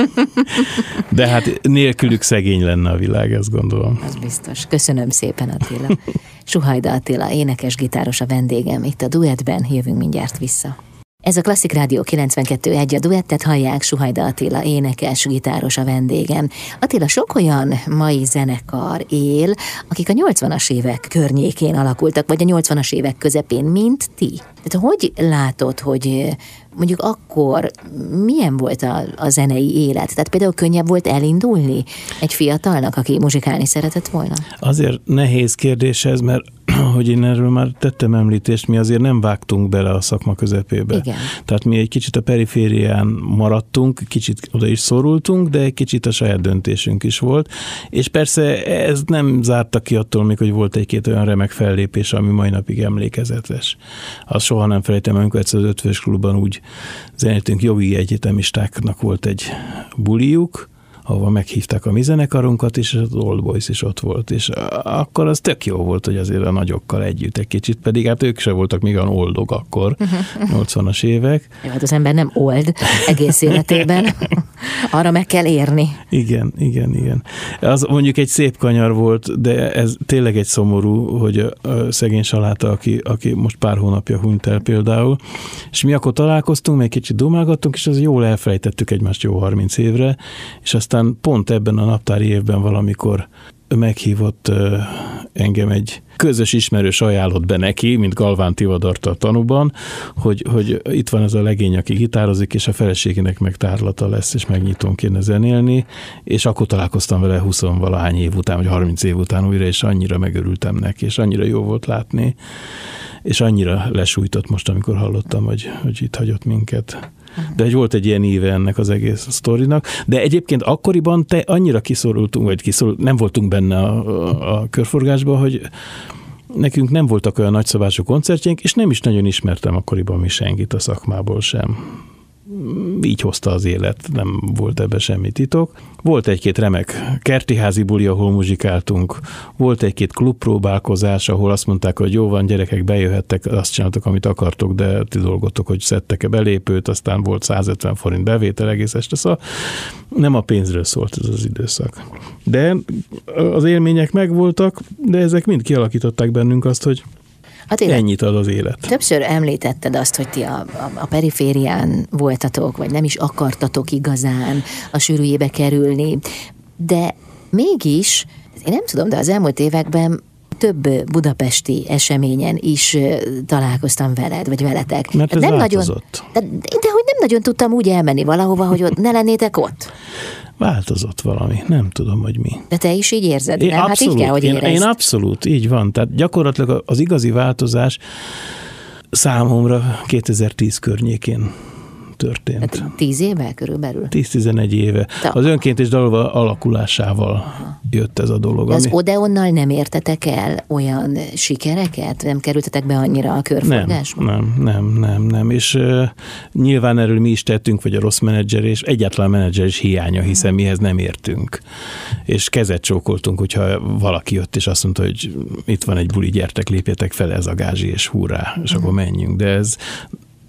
De hát nélkülük szegény lenne a világ, ezt gondolom. Az biztos. Köszönöm szépen, Attila. Suhajda Attila, énekes-gitáros a vendégem. Itt a Duettben, jövünk mindjárt vissza. Ez a Klasszik Rádió 92.1, a Duettet hallják, Suhajda Attila, énekes, gitáros a vendégem. Attila, sok olyan mai zenekar él, akik a 80-as évek környékén alakultak, vagy a 80-as évek közepén, mint ti. Tehát hogy látod, hogy mondjuk akkor milyen volt a zenei élet? Tehát például könnyebb volt elindulni egy fiatalnak, aki muzsikálni szeretett volna? Azért nehéz kérdés ez, mert hogy én erről már tettem említést, mi azért nem vágtunk bele a szakma közepébe. Igen. Tehát mi egy kicsit a periférián maradtunk, kicsit oda is szorultunk, de egy kicsit a saját döntésünk is volt. És persze ez nem zárta ki attól még, hogy volt egy-két olyan remek fellépés, ami mai napig emlékezetes. Azt soha nem felejtem, amikor egyszer az Ötvös Klubban úgy zenéltünk, jogi egyetemistáknak volt egy bulijuk, ahova meghívták a mi zenekarunkat, és az Old Boys is ott volt, és akkor az tök jó volt, hogy azért a nagyokkal együtt egy kicsit, pedig hát ők se voltak még olyan oldok akkor, 80-as évek. Jó, hát az ember nem old egész életében, arra meg kell érni. Igen. Az mondjuk egy szép kanyar volt, de ez tényleg egy szomorú, hogy a szegény Saláta, aki most pár hónapja hunyt el például, és mi akkor találkoztunk, még kicsit dumálgattunk, és az jól elfelejtettük egymást jó 30 évre, és aztán pont ebben a naptári évben valamikor meghívott engem egy közös ismerős, ajánlott be neki, mint Galván Tivadart a Tanuban, hogy itt van ez a legény, aki gitározik, és a feleségének meg tárlata lesz, és megnyitom kéne zenélni, és akkor találkoztam vele 20-valahány év után, vagy 30 év után újra, és annyira megörültem neki, és annyira jó volt látni, és annyira lesújtott most, amikor hallottam, hogy itt hagyott minket. De volt egy ilyen íve ennek az egész sztorinak. De egyébként akkoriban annyira kiszorultunk, nem voltunk benne a körforgásban, hogy nekünk nem voltak olyan nagyszabású koncertjeink, és nem is nagyon ismertem akkoriban mi senkit a szakmából sem. Így hozta az élet, nem volt ebben semmi titok. Volt egy-két remek kertiházi buli, ahol muzsikáltunk, volt egy-két klubpróbálkozás, ahol azt mondták, hogy jó van, gyerekek, bejöhettek, azt csináltak, amit akartok, de ti dolgotok, hogy szedtek-e belépőt, aztán volt 150 forint bevétel egész este, szóval nem a pénzről szólt ez az időszak. De az élmények megvoltak, de ezek mind kialakították bennünk azt, hogy Attila, ennyit ad az élet. Többször említetted azt, hogy ti a periférián voltatok, vagy nem is akartatok igazán a sűrűjébe kerülni, de mégis, én nem tudom, de az elmúlt években több budapesti eseményen is találkoztam veled, vagy veletek. Mert ez nem változott. De hogy nem nagyon tudtam úgy elmenni valahova, hogy ott ne lennétek ott. Változott valami, nem tudom, hogy mi. De te is így érzed, Én nem? abszolút, Hát így kell, hogy érezd. Én abszolút, így van. Tehát gyakorlatilag az igazi változás számomra 2010 környékén történt. Hát 10 éve körülbelül? 10-11 éve. Az önkéntes dalolva alakulásával jött ez a dolog. De az Odeonnal nem értetek el olyan sikereket? Nem kerültetek be annyira a körforgásba? Nem. És nyilván erről mi is tettünk, vagy a rossz menedzser, és egyáltalán a menedzser is hiánya, hiszen mihez nem értünk. És kezet csókoltunk, hogyha valaki jött, és azt mondta, hogy itt van egy buli, gyertek, lépjetek fel, ez a gázsi, és hurrá, és akkor menjünk. De ez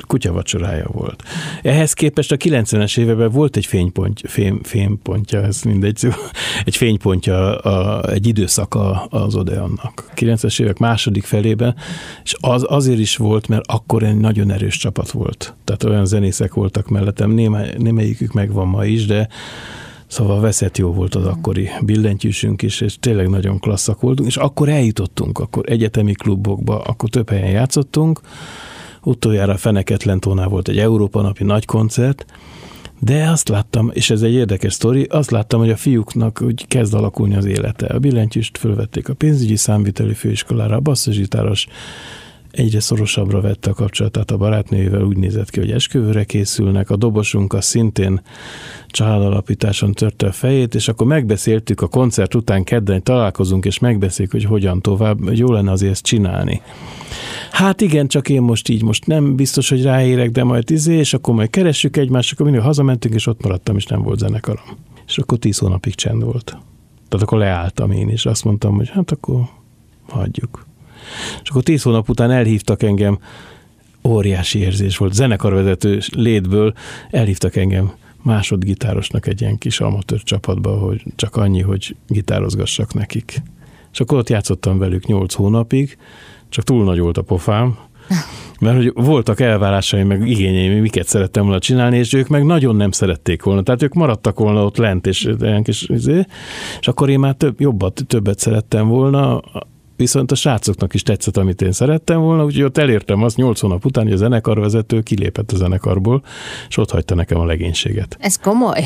kutyavacsorája volt. Ehhez képest a 90-es években volt egy fénypontja, ez mindegy, egy fénypontja, egy időszaka az Odeonnak. 90-es évek második felében, és az azért is volt, mert akkor egy nagyon erős csapat volt. Tehát olyan zenészek voltak mellettem, némelyikük megvan ma is, de szóval veszett jó volt az akkori billentyűsünk is, és tényleg nagyon klasszak voltunk, és akkor eljutottunk, akkor egyetemi klubokba, akkor több helyen játszottunk, utoljára Feneketlentónál volt egy Európa napi nagy koncert, de azt láttam, és ez egy érdekes sztori, azt láttam, hogy a fiúknak úgy kezd alakulni az élete. A billentyűst fölvették a pénzügyi számviteli főiskolára, a basszusgitáros egyre szorosabbra vette a kapcsolatát a barátnőjével, úgy nézett ki, hogy esküvőre készülnek, a dobosunk az szintén családalapításon törte a fejét, és akkor megbeszéltük a koncert után kedden, találkozunk, és megbeszéljük, hogy hogyan tovább, hogy jó lenne azért ezt csinálni. Hát igen, csak én most nem biztos, hogy ráérek, de majd és akkor majd keressük egymást, akkor mindig hazamentünk, és ott maradtam, és nem volt zenekarom. És akkor 10 hónapig csend volt. Tehát akkor leálltam én, és azt mondtam, hogy hát akkor hagyjuk. És akkor 10 hónap után elhívtak engem, óriási érzés volt, zenekarvezető létből elhívtak engem másodgitárosnak egy ilyen kis amatőr csapatba, hogy csak annyi, hogy gitározgassak nekik. És akkor ott játszottam velük 8 hónapig, csak túl nagy volt a pofám, mert hogy voltak elvárásaim, meg igényeim, miket szerettem volna csinálni, és ők meg nagyon nem szerették volna. Tehát ők maradtak volna ott lent, és akkor én már többet szerettem volna, viszont a srácoknak is tetszett, amit én szerettem volna, úgyhogy ott elértem azt 8 hónap után, hogy a zenekarvezető kilépett a zenekarból, és ott hagyta nekem a legénységet. Ez komoly?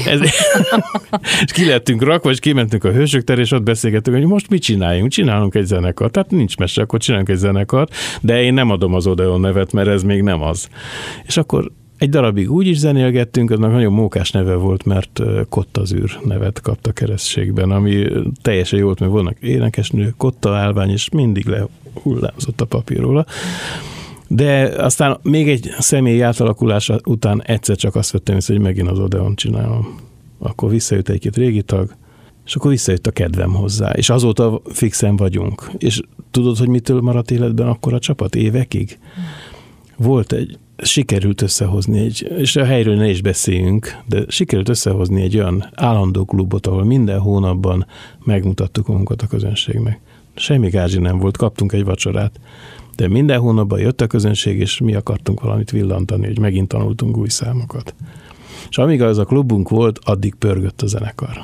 És ki lettünk rakva, és kimentünk a Hősök terén, és ott beszélgettünk, hogy most mit csináljunk? Csinálunk egy zenekart. Tehát nincs mese, akkor csinálunk egy zenekart, de én nem adom az Odeon nevet, mert ez még nem az. És akkor egy darabig úgy is zenélgettünk, aznak nagyon mókás neve volt, mert Kottazűr nevet kapta keresztségben, ami teljesen jó volt, mert vannak énekesnő, Kotta állvány, és mindig lehullámzott a papír róla. De aztán még egy személyi átalakulása után egyszer csak azt vettem észre, hogy megint az Odeon csinálom. Akkor visszajött egy-két régi tag, és akkor visszajött a kedvem hozzá. És azóta fixen vagyunk. És tudod, hogy mitől maradt életben akkor a csapat? Évekig? Sikerült összehozni és a helyről ne is beszéljünk, de sikerült összehozni egy olyan állandó klubot, ahol minden hónapban megmutattuk magunkat a közönségnek. Semmi gázsi nem volt, kaptunk egy vacsorát, de minden hónapban jött a közönség, és mi akartunk valamit villantani, hogy megint tanultunk új számokat. És amíg az a klubunk volt, addig pörgött a zenekar.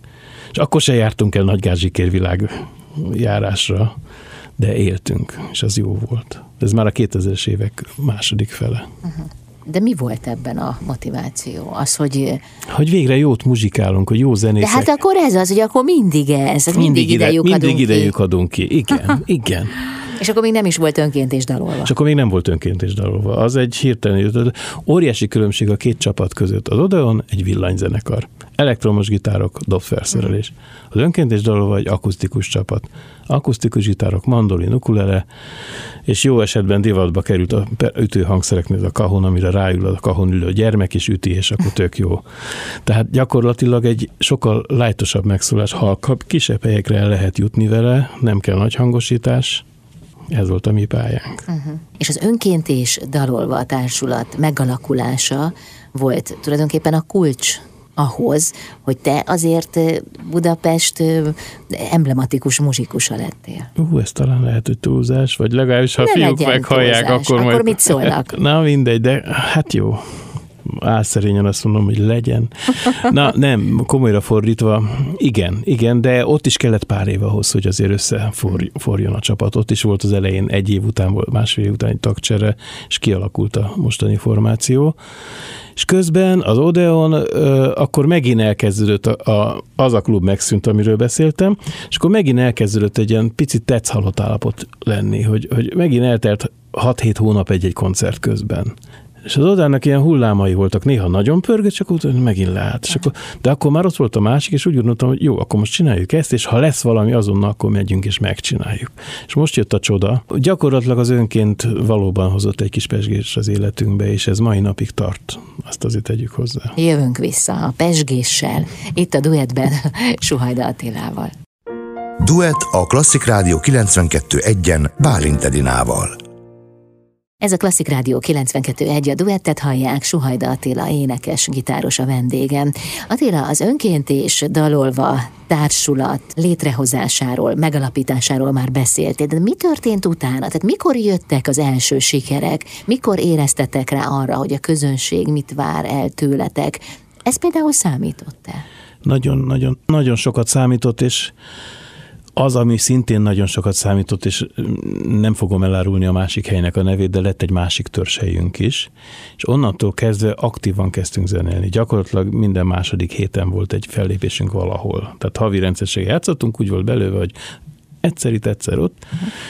És akkor se jártunk el nagy gázsikérvilág járásra, de éltünk, és az jó volt. Ez már a 2000-es évek második fele. De mi volt ebben a motiváció? Az, hogy... Hogy végre jót muzsikálunk, hogy jó zenészek. De hát akkor ez az, hogy akkor mindig ez. Mindig idejük adunk ki. Igen, igen. És akkor még nem is volt önként és dalolva. És akkor még nem volt önként és dalolva. Az egy hirtelen óriási különbség a két csapat között. Az Odeon egy villanyzenekar. Elektromos gitárok, dobfelszerelés. Az önként és dalolva egy akusztikus csapat. Akusztikus gitárok, mandolin, ukulele, és jó esetben divatba került a ütőhangszereknél a kahon, amire ráül a kahon ülő gyermek, és üti, és akkor tök jó. Tehát gyakorlatilag egy sokkal lightosabb megszólás, halkabb, kisebb helyekre el lehet jutni vele, nem kell nagy hangosítás. Ez volt a mi pályánk. És az önként és dalolva a társulat megalakulása volt tulajdonképpen a kulcs ahhoz, hogy te azért Budapest emblematikus muzsikusa lettél. Ez talán lehet, hogy túlzás, vagy legalábbis, ha fiúk meghallják, túlzás. akkor majd... mit szólnak? Na mindegy, de hát jó. Álszerényen azt mondom, hogy legyen. Na nem, komolyra fordítva, igen, de ott is kellett pár év ahhoz, hogy azért összeforjon a csapat. Ott is volt az elején egy év után, másfél év után egy tagcsere, és kialakult a mostani formáció. És közben az Odeon akkor megint elkezdődött, az a klub megszűnt, amiről beszéltem, és akkor megint elkezdődött egy ilyen picit tetszhalott állapot lenni, hogy megint eltelt 6-7 hónap egy koncert közben. És az Odeonnak ilyen hullámai voltak, néha nagyon pörgött, csak utána megint leállt. De akkor már ott volt a másik, és úgy gondoltam, hogy jó, akkor most csináljuk ezt, és ha lesz valami azonnal, akkor megyünk és megcsináljuk. És most jött a csoda. Gyakorlatilag az önként valóban hozott egy kis pezsgést az életünkbe, és ez mai napig tart. Azt azért tegyük hozzá. Jövünk vissza a pezsgéssel, itt a duettben Suhajda Attilával. Duett a Klasszik Rádió 92.1-en Bálint Edinával. Ez a Klasszik Rádió 92.1, a duettet hallják, Suhajda Attila énekes, gitáros a vendégem. Attila, az Önként és Dalolva társulat létrehozásáról, megalapításáról már beszéltél, de mi történt utána? Tehát mikor jöttek az első sikerek? Mikor éreztetek rá arra, hogy a közönség mit vár el tőletek? Ez például számított-e? Nagyon sokat számított, és az, ami szintén nagyon sokat számított, és nem fogom elárulni a másik helynek a nevét, de lett egy másik törzshelyünk is, és onnantól kezdve aktívan kezdtünk zenélni. Gyakorlatilag minden második héten volt egy fellépésünk valahol. Tehát havi rendszerséggel játszottunk, úgy volt belőve, hogy egyszer itt, egyszer ott.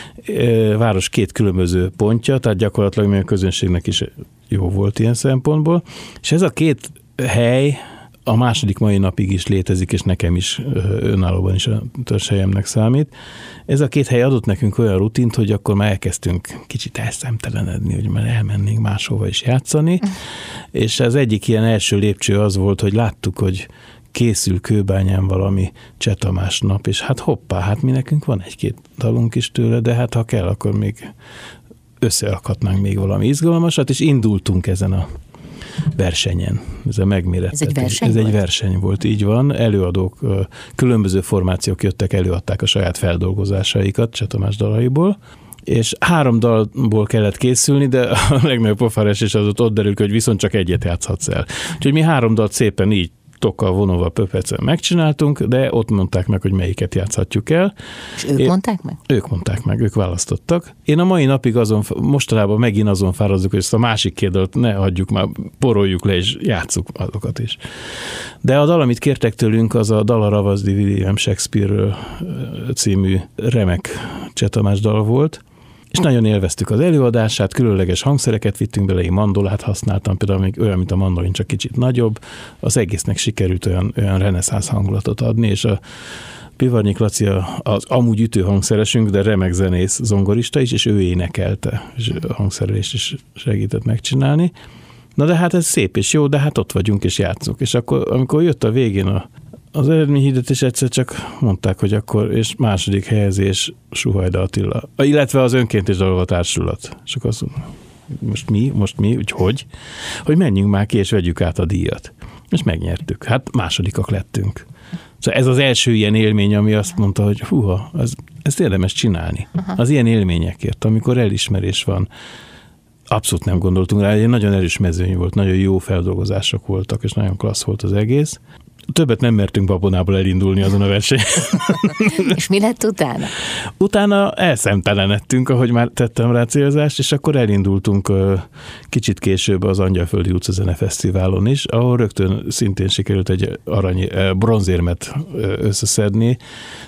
Város két különböző pontja, tehát gyakorlatilag még a közönségnek is jó volt ilyen szempontból. És ez a két hely a második mai napig is létezik, és nekem is önállóban is a törzshelyemnek számít. Ez a két hely adott nekünk olyan rutint, hogy akkor már elkezdtünk kicsit elszemtelenedni, hogy már elmennénk máshova is játszani, és az egyik ilyen első lépcső az volt, hogy láttuk, hogy készül Kőbányán valami Cseh Tamás nap, és hát hoppá, hát mi nekünk van egy-két dalunk is tőle, de hát ha kell, akkor még összerakhatnánk még valami izgalmasat, és indultunk ezen a versenyen. Ez a megmérettetés. Ez egy verseny volt, így van. Előadók, különböző formációk jöttek, előadták a saját feldolgozásaikat Cseh Tamás dalaiból, és 3 dalból kellett készülni, de a legnagyobb pofárás és az ott derül, hogy viszont csak egyet játszhatsz el. Úgyhogy mi 3 dalt szépen így tokkal, vonóval, pöpecen megcsináltunk, de ott mondták meg, hogy melyiket játszhatjuk el. És ők mondták meg? Ők mondták meg, ők választottak. Én a mai napig mostanában megint azon fáradok, hogy ezt a másik 2 dalt ne hagyjuk már, poroljuk le, és játsszuk azokat is. De a dal, amit kértek tőlünk, az a Dal a Ravasdi William Shakespeare című remek Cseh Tamás dal volt, és nagyon élveztük az előadását, különleges hangszereket vittünk bele, én mandolát használtam, például még olyan, mint a mandolin, csak kicsit nagyobb. Az egésznek sikerült olyan reneszánsz hangulatot adni, és a Pivarnyik Laci az amúgy ütőhangszeresünk, de remek zenész, zongorista is, és ő énekelte, és a hangszerelést is segített megcsinálni. Na de hát ez szép és jó, de hát ott vagyunk és játszunk. És akkor, amikor jött a végén az eredményhirdetés, egyszer csak mondták, hogy akkor, és második helyezés Suhajda Attila, illetve az Önként és Dalolva társulat. És akkor azt most mi, hogy menjünk már ki, és vegyük át a díjat. És megnyertük. Hát másodikak lettünk. Szóval ez az első ilyen élmény, ami azt mondta, hogy húha, ezt érdemes csinálni. Az ilyen élményekért, amikor elismerés van. Abszolút nem gondoltunk rá, egy nagyon erős mezőny volt, nagyon jó feldolgozások voltak, és nagyon klassz volt az egész. Többet nem mertünk Babonából elindulni azon a versenyen. És mi lett utána? Utána elszemtelenedtünk, ahogy már tettem rá célzást, és akkor elindultunk kicsit később az Angyalföldi Utca Zenefesztiválon is, ahol rögtön szintén sikerült egy bronzérmet összeszedni.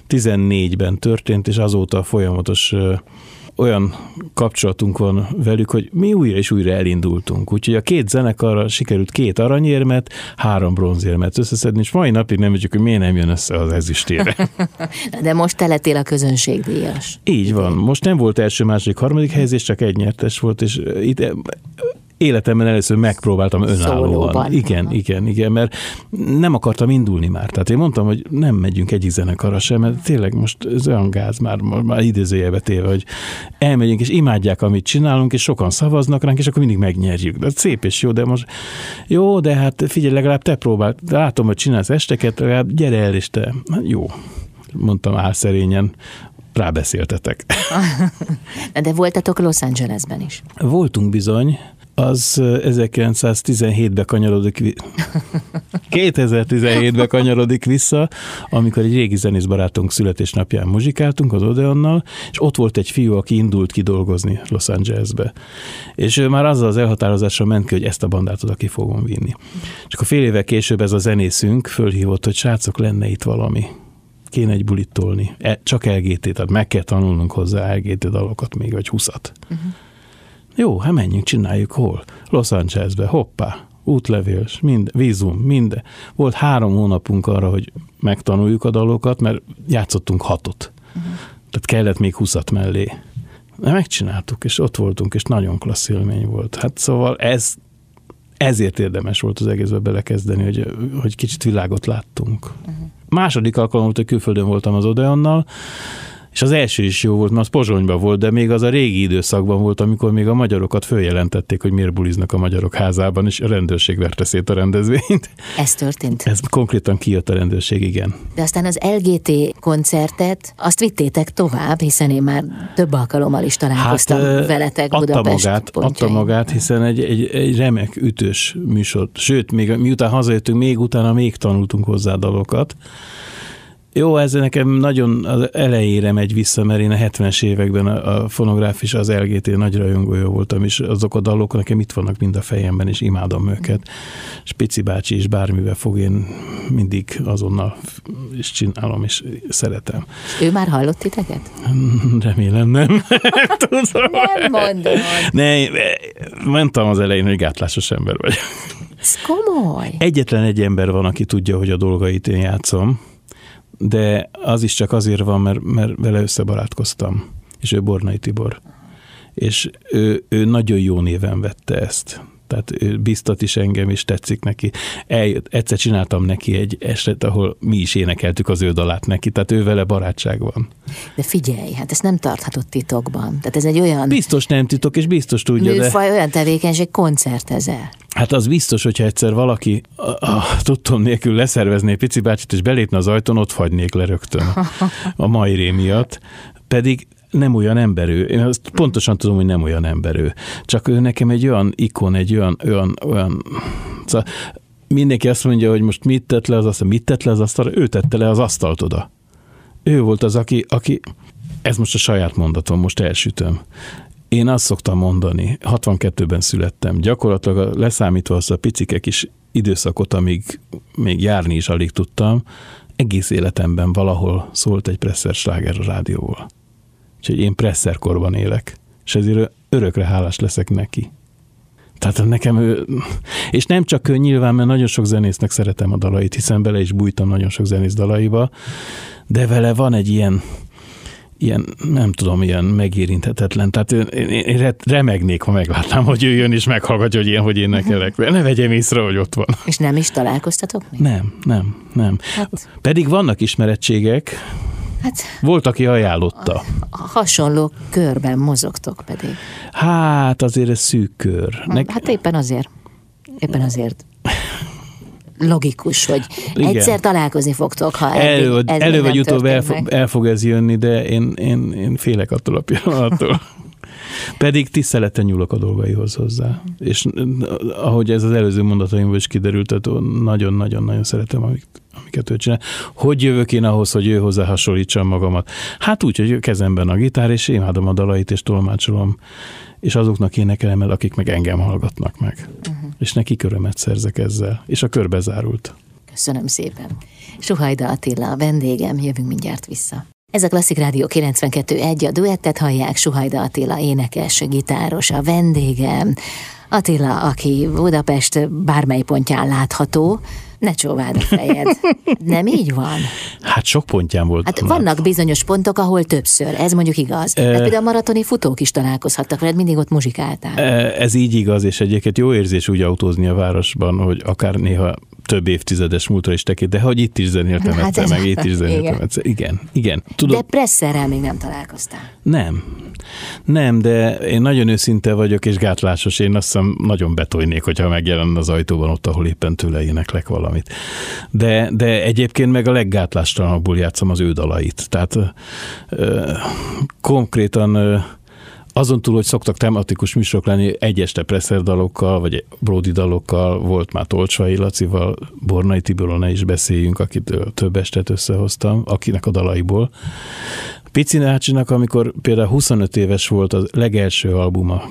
14-ben történt, és azóta folyamatos olyan kapcsolatunk van velük, hogy mi újra és újra elindultunk. Úgyhogy a 2 zenekarra sikerült 2 aranyérmet, 3 bronzérmet összeszedni, és mai napig nem tudjuk, hogy miért nem jön össze az ezüstére. De most te lettél a közönségdíjas. Így van. Most nem volt első, második, harmadik helyezés, csak 1 nyertes volt, és itt életemben először megpróbáltam önállóan. Igen, mert nem akartam indulni már. Tehát én mondtam, hogy nem megyünk egyik zenekarra sem, mert tényleg most ez olyan gáz már idézőjelbe téve, hogy elmegyünk, és imádják, amit csinálunk, és sokan szavaznak ránk, és akkor mindig megnyerjük. De szép és jó, de most jó, de hát figyelj, legalább te próbáld. Látom, hogy csinálsz esteket, legalább gyere el, és te. Jó, mondtam álszerényen. Rábeszéltetek. De voltatok Los Angelesben is? Voltunk bizony. Az 1917-be kanyarodik 2017-be kanyarodik vissza, amikor egy régi zenészbarátunk születésnapján muzsikáltunk az Odeonnal, és ott volt egy fiú, aki indult kidolgozni Los Angelesbe. És ő már azzal az elhatározással ment ki, hogy ezt a bandát oda ki fogom vinni. És akkor fél évvel később ez a zenészünk fölhívott, hogy srácok, lenne itt valami. Kéne egy bulit tolni. Csak LGT, tehát meg kell tanulnunk hozzá LGT dalokat még, vagy 20-at. Jó, hát menjünk, csináljuk hol? Los Angelesbe, hoppá, útlevél, vízum, minden. Volt 3 hónapunk arra, hogy megtanuljuk a dalokat, mert játszottunk 6-ot. Tehát kellett még 20-at mellé. De megcsináltuk, és ott voltunk, és nagyon klassz élmény volt. Hát szóval ezért érdemes volt az egészbe belekezdeni, hogy kicsit világot láttunk. Második alkalom volt, hogy külföldön voltam az Odeonnal, és És az első is jó volt, mert az Pozsonyban volt, de még az a régi időszakban volt, amikor még a magyarokat följelentették, hogy miért buliznak a magyarok házában, és a rendőrség verte szét a rendezvényt. Ez történt? Ez konkrétan kijött a rendőrség, igen. De aztán az LGT koncertet, azt vittétek tovább, hiszen én már több alkalommal is találkoztam veletek Budapest adta magát, hiszen egy remek ütős műsor. Sőt, még miután hazajöttünk, még utána még tanultunk hozzá dalokat. Jó, ez nekem nagyon az elejére megy vissza, mert én a 70-es években a fonográf és az LGT nagy rajongója voltam, és azok a dalok nekem itt vannak mind a fejemben, és imádom őket. És Pici bácsi is bármivel fog, én mindig azonnal is csinálom, és szeretem. Ő már hallott titeket? Remélem nem. Nem mondom. Ne, mondtam az elején, hogy gátlásos ember vagyok. Ez komoly. Egyetlen egy ember van, aki tudja, hogy a dolgait én játszom, de az is csak azért van, mert vele összebarátkoztam, és ő Bornai Tibor. És ő nagyon jó néven vette ezt. Tehát ő biztat is engem, és tetszik neki. Egyszer csináltam neki egy eset, ahol mi is énekeltük az ő dalát neki, tehát ő vele barátság van. De figyelj, hát ezt nem tarthatod titokban. Tehát ez egy olyan... Biztos nem titok, és biztos tudja, műfaj, olyan tevékenység, koncertezel. Hát az biztos, hogyha egyszer valaki tudtom nélkül leszervezné Pici bácsit, és belépne az ajtón, ott fagynék le rögtön a Majré miatt. Pedig nem olyan ember ő. Én azt pontosan tudom, hogy nem olyan ember ő. Csak ő nekem egy olyan ikon, egy olyan szóval mindenki azt mondja, hogy most mit tett le az asztalra, ő tette le az asztalt oda. Ő volt az, aki ez most a saját mondatom, most elsütöm. Én azt szoktam mondani, 62-ben születtem, gyakorlatilag leszámítva azt a picike kis időszakot, amíg még járni is alig tudtam, egész életemben valahol szólt egy Presser sláger a rádióból. Úgyhogy én Presserkorban élek, és ezért örökre hálás leszek neki. Tehát nekem ő, és nem csak ő nyilván, mert nagyon sok zenésznek szeretem a dalait, hiszen bele is bújtam nagyon sok zenész dalaiba, de vele van egy ilyen nem tudom, ilyen megérinthetetlen. Tehát én remegnék, ha meglátnám, hogy ő jön és meghallgatja, hogy énekelek. Ne vegyem észre, hogy ott van. És nem is találkoztatok még? Nem. Hát, pedig vannak ismerettségek. Hát, volt, aki ajánlotta. Hasonló körben mozogtok pedig. Hát azért ez szűk kör. Hát éppen azért. Logikus, hogy igen. Egyszer találkozni fogtok, ha elő vagy utóbb el fog ez jönni, de én félek attól a pillanattól. Pedig tisztelettel nyúlok a dolgaihoz hozzá. És ahogy ez az előző mondataimból is kiderült, tehát nagyon-nagyon-nagyon szeretem, amiket ő csinál. Hogy jövök én ahhoz, hogy ő hozzá hasonlítsam magamat? Hát úgy, hogy kezemben a gitár, és imádom a dalait, és tolmácsolom, és azoknak énekelem el, akik meg engem hallgatnak meg. És neki örömet szerzek ezzel. És a kör bezárult. Köszönöm szépen. Suhajda Attila a vendégem, jövünk mindjárt vissza. Ez a Klasszik Rádió 92.1, a duettet hallják, Suhajda Attila énekes, gitáros a vendégem. Attila, aki Budapest bármely pontján látható, ne csóváld a fejed. Nem így van? Hát sok pontján volt. Hát vannak bizonyos pontok, ahol többször, ez mondjuk igaz. Például a maratoni futók is találkozhattak veled, mindig ott muzsikáltál. Ez így igaz, és egyébként jó érzés úgy autózni a városban, hogy akár néha több évtizedes múltra is tekint, de hogy itt is zenéltem egyszer, meg itt is zenéltem egyszer. Igen. Tudod, de Presserrel még nem találkoztál. Nem, de én nagyon őszinte vagyok, és gátlásos. Én azt hiszem nagyon betolnék, hogyha megjelenne az ajtóban ott, ahol éppen tőle éneklek valamit. De egyébként meg a leggátlástalanabbul játszom az ő dalait. Tehát konkrétan azon túl, hogy szoktak tematikus műsorok lenni egy este Presser dalokkal, vagy Bródi dalokkal, volt már Tolcsvai Lacival, Bornai Tiborról ne is beszéljünk, akit több estet összehoztam, akinek a dalaiból. Pici bácsinak, amikor például 25 éves volt a legelső albuma,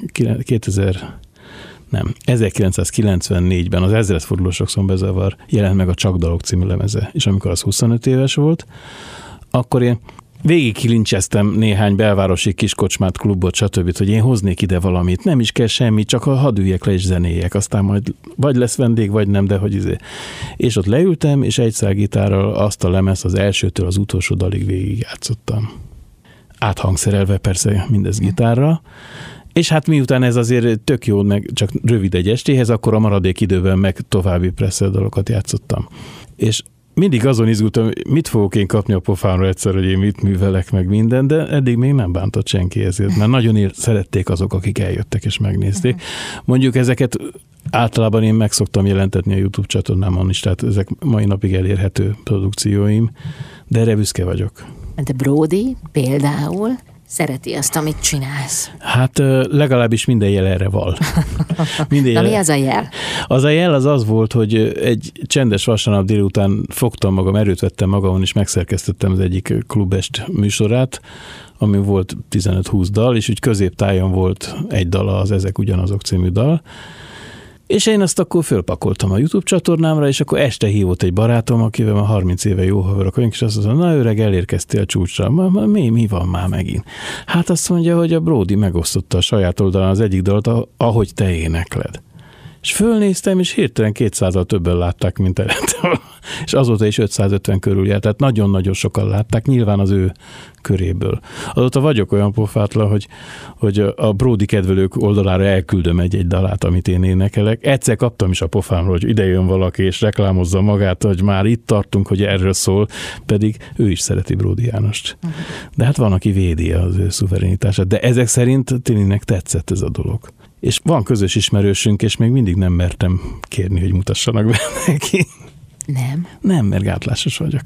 1994-ben az ezredforduló sokszor bezavar, jelent meg a Csak dalok című lemeze, és amikor az 25 éves volt, akkor én végig kilincseztem néhány belvárosi kiskocsmát, klubot, stb., hogy én hoznék ide valamit, nem is kell semmi, csak hadd üljek le és zenéjek, aztán majd vagy lesz vendég, vagy nem, de hogy És ott leültem, és egy szálgitárral azt a lemezt az elsőtől az utolsó dalig végig játszottam. Áthangszerelve persze mindez gitárra, és hát miután ez azért tök jó, meg csak rövid egy estéhez, akkor a maradék időben meg további Presser dalokat játszottam. És mindig azon izgultam, mit fogok én kapni a pofámra egyszer, hogy én mit művelek meg minden, de eddig még nem bántott senki ezért, mert nagyon szerették azok, akik eljöttek és megnézték. Mondjuk ezeket általában én meg szoktam jelentetni a YouTube csatornámon is, tehát ezek mai napig elérhető produkcióim, de erre büszke vagyok. De Bródi például szereti azt, amit csinálsz. Hát legalábbis minden jel erre val. Na mi az a jel? Az a jel az volt, hogy egy csendes vasárnap délután fogtam magam, erőt vettem magamon, és megszerkesztettem az egyik klubest műsorát, ami volt 15-20 dal, és úgy középtájon volt egy dala, az Ezek ugyanazok című dal. És én azt akkor fölpakoltam a YouTube csatornámra, és akkor este hívott egy barátom, akivel már 30 éve jó haverok vagyunk, és azt mondta, na öreg, elérkeztél a csúcsra. Mi van már megint? Hát azt mondja, hogy a Bródi megosztotta a saját oldalán az egyik dalt, ahogy te énekled. És fölnéztem, és hirtelen 200-al többen látták, mint előtte. És azóta is 550 körül járt, tehát nagyon-nagyon sokan látták, nyilván az ő köréből. Azóta vagyok olyan pofátlan, hogy a Bródi kedvelők oldalára elküldöm egy dalát, amit én énekelek. Egyszer kaptam is a pofámról, hogy ide jön valaki, és reklámozza magát, hogy már itt tartunk, hogy erről szól, pedig ő is szereti Bródi Jánost. De hát van, aki védi az ő szuverenitását. De ezek szerint Tininek tetszett ez a dolog. És van közös ismerősünk, és még mindig nem mertem kérni, hogy mutassanak be neki. Nem? Nem, mert gátlásos vagyok.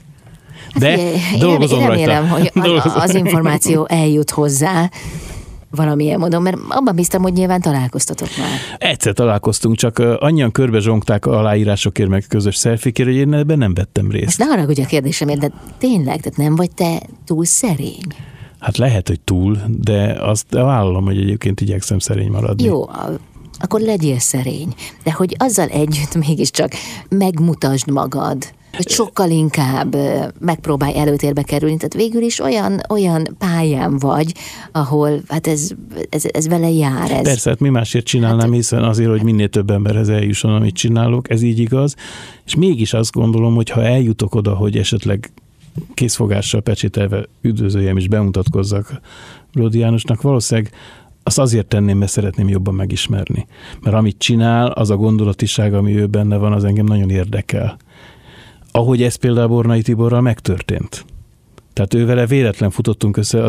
De dolgozom én rajta. remélem, hogy az információ eljut hozzá valamilyen módon, mert abban bíztam, hogy nyilván találkoztatok már. Egyszer találkoztunk, csak annyian körbe zsongták aláírásokért, meg közös szelfikért, hogy én ebben nem vettem részt. Ezt ne haragudj a kérdésemért, de tényleg, tehát nem vagy te túl szerény? Hát lehet, hogy túl, de azt vállalom, hogy egyébként igyekszem szerény maradni. Jó, akkor legyél szerény, de hogy azzal együtt mégiscsak megmutasd magad, hogy sokkal inkább megpróbálj előtérbe kerülni, tehát végül is olyan pályán vagy, ahol hát ez vele jár. Persze, hát mi másért csinálnám, hiszen azért, hogy minél több emberhez eljusson, amit csinálok, ez így igaz, és mégis azt gondolom, hogy ha eljutok oda, hogy esetleg készfogással pecsételve üdvözöljem és bemutatkozzak Bródi Jánosnak, valószínűleg azt azért tenném, mert szeretném jobban megismerni. Mert amit csinál, az a gondolatiság, ami ő benne van, az engem nagyon érdekel. Ahogy ez például Bornai Tiborral megtörtént. Tehát ővele véletlen futottunk össze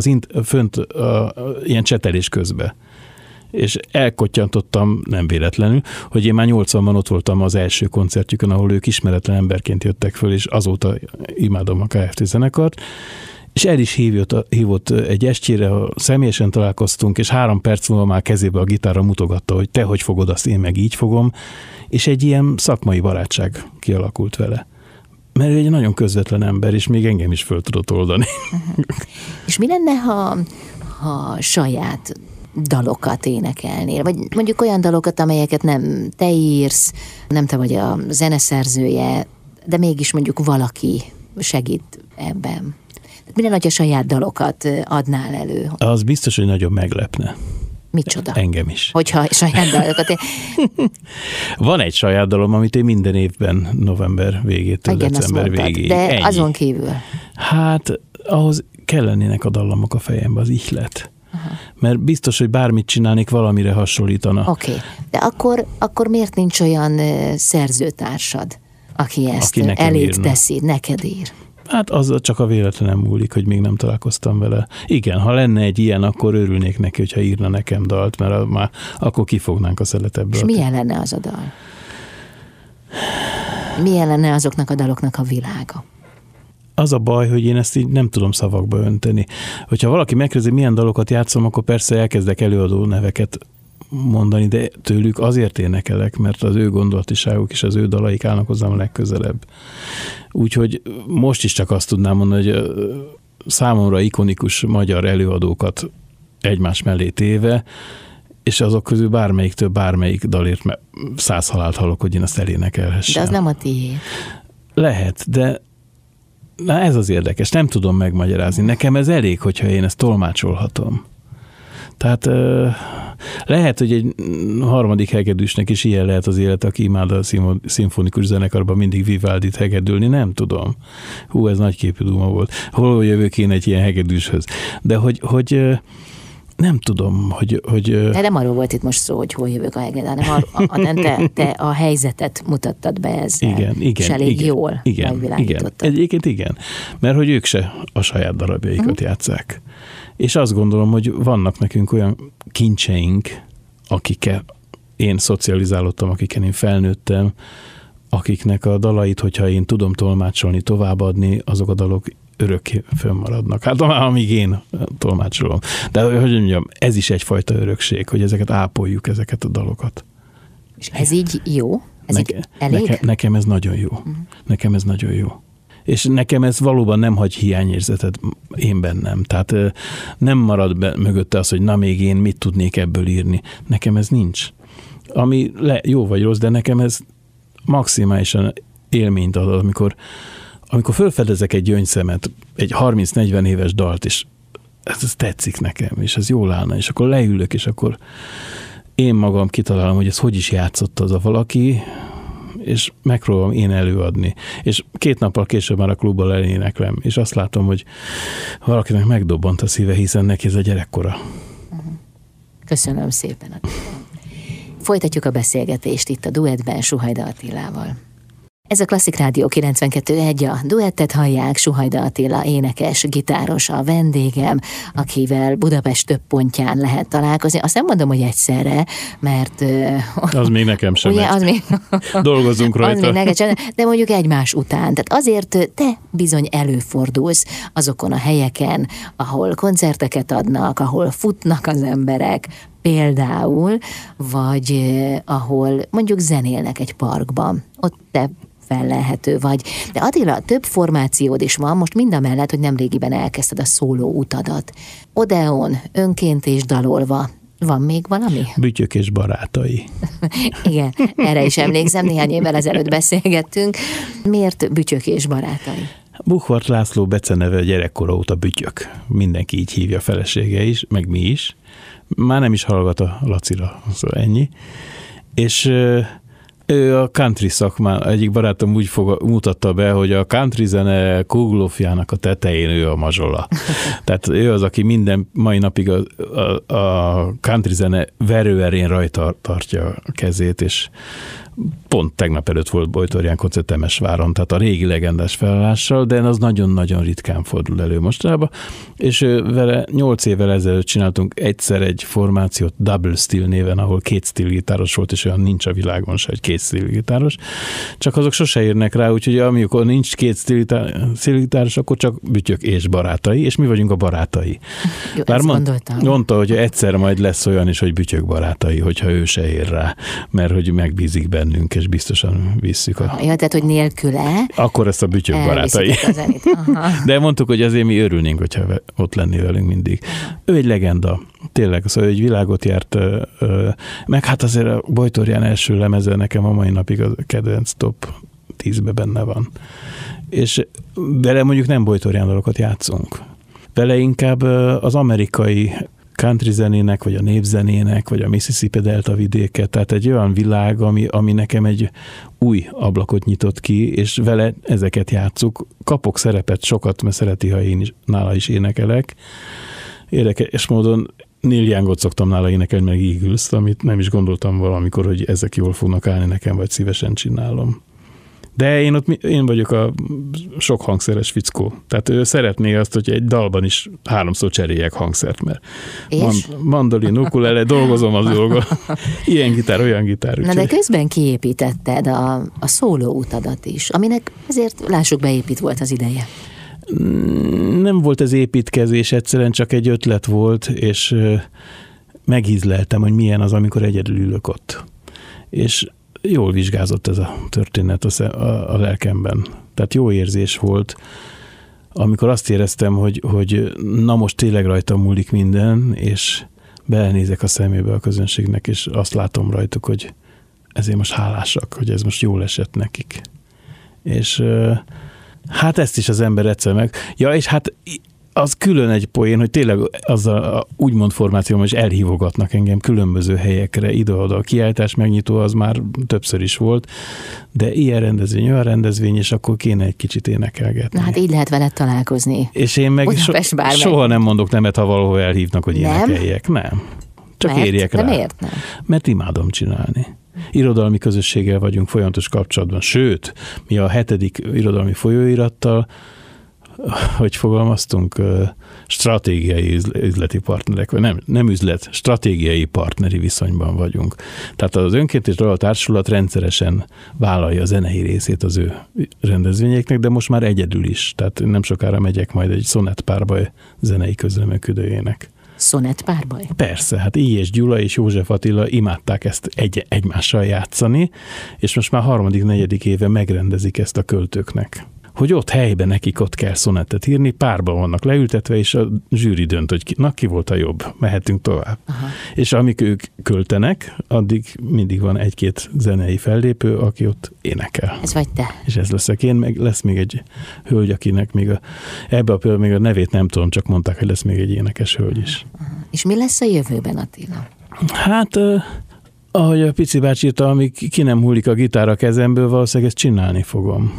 ilyen csetelés közben. És elkottyantottam, nem véletlenül, hogy én már 80-ban ott voltam az első koncertjükön, ahol ők ismeretlen emberként jöttek föl, és azóta imádom a Kft. Zenekart, és el is hívott egy estjére, személyesen találkoztunk, és 3 perc múlva már kezébe a gitárra mutogatta, hogy te hogy fogod azt, én meg így fogom, és egy ilyen szakmai barátság kialakult vele. Mert ő egy nagyon közvetlen ember, és még engem is föl tudott oldani. És mi lenne, ha saját dalokat énekelnél, vagy mondjuk olyan dalokat, amelyeket nem te írsz, nem te vagy a zeneszerzője, de mégis mondjuk valaki segít ebben. Minden, hogy a saját dalokat adnál elő. Az biztos, hogy nagyon meglepne. Micsoda? Engem is. Hogyha saját dalokat... Van egy saját dalom, amit én minden évben november végétől december végéig. De ennyi. Azon kívül? Hát ahhoz kellenének a dallamok a fejembe, az ihlet. Aha. Mert biztos, hogy bármit csinálnék, valamire hasonlítana. Oké. De akkor miért nincs olyan szerzőtársad, aki ezt elét teszi, neked ír? Hát az csak a véletlenem múlik, hogy még nem találkoztam vele. Igen, ha lenne egy ilyen, akkor örülnék neki, hogyha írna nekem dalt, mert már akkor kifognánk a szeletebből. És milyen lenne az a dal? Milyen lenne azoknak a daloknak a világa? Az a baj, hogy én ezt így nem tudom szavakba önteni. Hogyha valaki megkérdezi, milyen dalokat játszom, akkor persze elkezdek előadó neveket mondani, de tőlük azért énekelek, mert az ő gondolatiságuk és az ő dalaik állnak hozzám a legközelebb. Úgyhogy most is csak azt tudnám mondani, hogy számomra ikonikus magyar előadókat egymás mellé téve, és azok közül bármelyiktől bármelyik dalért 100 halált hallok, hogy én azt elénekelhessem. De az nem a tiéd. Lehet, de na ez az érdekes, nem tudom megmagyarázni. Nekem ez elég, hogyha én ezt tolmácsolhatom. Tehát lehet, hogy egy harmadik hegedűsnek is ilyen lehet az élet, aki imád a szimfonikus zenekarban mindig Vivaldit hegedülni, nem tudom. Ez nagyképű duma volt. Hol jövök én egy ilyen hegedűshöz? De hogy nem tudom, hogy... De nem arról volt itt most szó, hogy hol jövök a heged, hanem te a helyzetet mutattad be ezzel. Igen. És elég jól megvilágítottad. Egyébként igen, mert hogy ők se a saját darabjaikat játsszák. És azt gondolom, hogy vannak nekünk olyan kincseink, akikkel én szocializálódtam, akikkel én felnőttem, akiknek a dalait, hogyha én tudom tolmácsolni, továbbadni, azok a dalok örökké fönnmaradnak. Hát amíg én tolmácsolom. De hogy mondjam, ez is egyfajta örökség, hogy ezeket ápoljuk, ezeket a dalokat. És ez így jó? Ez így elég? Nekem ez nagyon jó. Nekem ez nagyon jó. És nekem ez valóban nem hagy hiányérzetet én bennem. Tehát nem marad mögötte az, hogy na még én mit tudnék ebből írni. Nekem ez nincs. Ami jó vagy rossz, de nekem ez maximálisan élményt ad, amikor felfedezek egy gyöngyszemet, egy 30-40 éves dalt, és ez tetszik nekem, és ez jól állna, és akkor leülök, és akkor én magam kitalálom, hogy ez hogy is játszott az a valaki, és megpróbálom én előadni. És 2 nappal később már a klubban eléneklem, és azt látom, hogy valakinek megdobbant a szíve, hiszen neki ez a gyerekkora. Köszönöm szépen. Folytatjuk a beszélgetést itt a duettben Suhajda Attilával. Ez a Klasszik Rádió 92.1, a duettet hallják, Suhajda Attila énekes, gitáros a vendégem, akivel Budapest több pontján lehet találkozni. Azt nem mondom, hogy egyszerre, mert... Az még nekem sem. Ugye, dolgozunk rajta. Az még nekem sem, de mondjuk egymás után. Tehát azért te bizony előfordulsz azokon a helyeken, ahol koncerteket adnak, ahol futnak az emberek, például, vagy ahol mondjuk zenélnek egy parkban. Ott te fellelhető vagy. De Attila, több formációd is van, most mindamellett, hogy nemrégiben elkezdted a szóló utadat. Odeon, önként és dalolva. Van még valami? Bütyök és barátai. Igen, erre is emlékszem, néhány évvel ezelőtt beszélgettünk. Miért Bütyök és barátai? Buchwart László beceneve gyerekkora óta Bütyök. Mindenki így hívja, a felesége is, meg mi is. Már nem is hallgat a Lacira, szóval ennyi. És ő a country szakmán, egyik barátom úgy mutatta be, hogy a country zene kuglófjának a tetején ő a mazsola. Tehát ő az, aki minden mai napig a country zene verőerén rajta tartja a kezét, és pont tegnap előtt volt Bojtorján koncert Temesváron, tehát a régi legendás felállással, de az nagyon-nagyon ritkán fordul elő mostanában, és vele 8 évvel ezelőtt csináltunk egyszer egy formációt Double Steel néven, ahol 2 stílgitáros volt, és olyan nincs a világon se, hogy 2 stílgitáros, csak azok sose érnek rá, úgyhogy amikor nincs 2 stílgitáros, akkor csak Bütyök és barátai, és mi vagyunk a barátai. Jó, bár mondta, hogy egyszer majd lesz olyan is, hogy Bütyök barátai, hogyha ő se ér rá, mert hogy megbízik bennünk, és biztosan visszük a... Ja, tehát, hogy nélküle... Akkor ezt a Bütyök barátai. De mondtuk, hogy azért mi örülnénk, hogyha ott lenni velünk mindig. Ő egy legenda, tényleg, szóval egy világot járt, meg hát azért a Bojtorján első lemeze nekem a mai napig a kedvenc top 10-be benne van. És vele mondjuk nem Bojtorján dalokat játszunk. Vele inkább az amerikai country zenének, vagy a népzenének, vagy a Mississippi Delta vidéket, tehát egy olyan világ, ami nekem egy új ablakot nyitott ki, és vele ezeket játsszuk. Kapok szerepet sokat, mert szereti, ha én is, nála is énekelek. Érdekes módon Neil Youngot szoktam nála énekelni, meg Eagles-t, amit nem is gondoltam valamikor, hogy ezek jól fognak állni nekem, vagy szívesen csinálom. De én vagyok a sok hangszeres fickó. Tehát ő szeretné azt, hogy egy dalban is 3-szor cseréljek hangszert, mert mandolin, ukulele, dolgozom az dolgon. Ilyen gitár, olyan gitár. Na de közben kiépítetted a szóló utadat is, aminek azért lássuk beépít volt az ideje. Nem volt ez építkezés, egyszerűen csak egy ötlet volt, és megízleltem, hogy milyen az, amikor egyedül ülök ott. És jól vizsgázott ez a történet a lelkemben. Tehát jó érzés volt, amikor azt éreztem, hogy na most tényleg rajtam múlik minden, és belenézek a szemébe a közönségnek, és azt látom rajtuk, hogy ezért most hálásak, hogy ez most jól esett nekik. És hát ezt is az ember egyszer meg. Ja, és hát az külön egy poén, hogy tényleg azzal a úgymond formációban is elhívogatnak engem különböző helyekre, ide-oda. A kiállítás megnyitó az már többször is volt, de ilyen rendezvény, olyan rendezvény, és akkor kéne egy kicsit énekelgetni. Na hát így lehet veled találkozni. És én meg soha nem mondok nemet, ha valahol elhívnak, hogy énekeljek. Nem. Csak érjek rá. De miért nem? Mert imádom csinálni. Irodalmi közösséggel vagyunk folyamatos kapcsolatban. Sőt, mi a 7. irodalmi folyóirattal, hogy fogalmaztunk, stratégiai üzleti partnerek, vagy nem üzlet, stratégiai partneri viszonyban vagyunk. Tehát az Önként és Dal Társulat rendszeresen vállalja a zenei részét az ő rendezvényeknek, de most már egyedül is. Tehát nem sokára megyek majd egy Szonettpárbaj zenei közreműködőjének. Szonettpárbaj? Persze, hát I. és Gyula és József Attila imádták ezt egymással játszani, és most már 3.-4. éve megrendezik ezt a költőknek. Hogy ott helyben nekik ott kell szonettet írni, párban vannak leültetve, és a zsűri dönt, hogy ki volt a jobb, mehetünk tovább. Aha. És amíg ők költenek, addig mindig van egy-két zenei fellépő, aki ott énekel. Ez vagy te. És ez leszek én, meg lesz még egy hölgy, akinek még ebbe a például még a nevét nem tudom, csak mondták, hogy lesz még egy énekes hölgy is. Aha. És mi lesz a jövőben, Attila? Hát, ahogy a Pici bácsi írta, amíg ki nem hullik a gitár a kezemből, valószínűleg ezt csinálni fogom.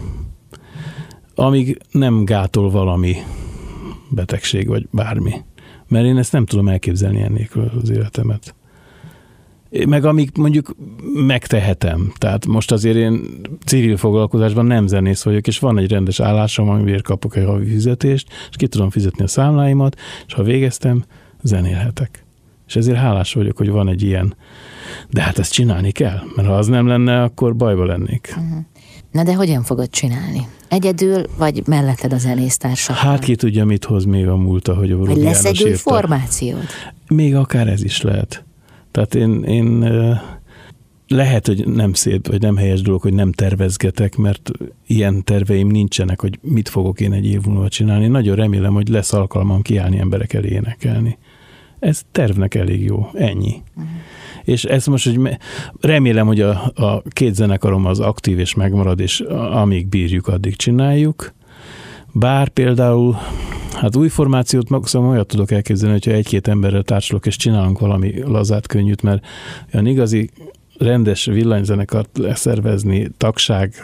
Amíg nem gátol valami betegség, vagy bármi. Mert én ezt nem tudom elképzelni ennélkül az életemet. Meg amíg mondjuk megtehetem. Tehát most azért én civil foglalkozásban nem zenész vagyok, és van egy rendes állásom, amiért kapok egy havi fizetést, és ki tudom fizetni a számláimat, és ha végeztem, zenélhetek. És ezért hálás vagyok, hogy van egy ilyen. De hát ezt csinálni kell, mert ha az nem lenne, akkor bajba lennék. Na de hogyan fogod csinálni? Egyedül, vagy melletted a zenésztársakkal? Hát ki tudja, mit hoz még a múlt, ahogy a Ródi lesz egy új formációd? Még akár ez is lehet. Tehát én lehet, hogy nem szép, vagy nem helyes dolog, hogy nem tervezgetek, mert ilyen terveim nincsenek, hogy mit fogok én egy év múlva csinálni. Nagyon remélem, hogy lesz alkalmam kiállni emberek elé énekelni. Ez tervnek elég jó. Ennyi. És ezt most, hogy remélem, hogy a két zenekarom az aktív és megmarad, és amíg bírjuk, addig csináljuk. Bár például, hát új formációt maximum olyat tudok elképzelni, hogyha egy-két emberrel társulok, és csinálunk valami lazát, könnyűt, mert olyan igazi, rendes villanyzenekart leszervezni, tagság,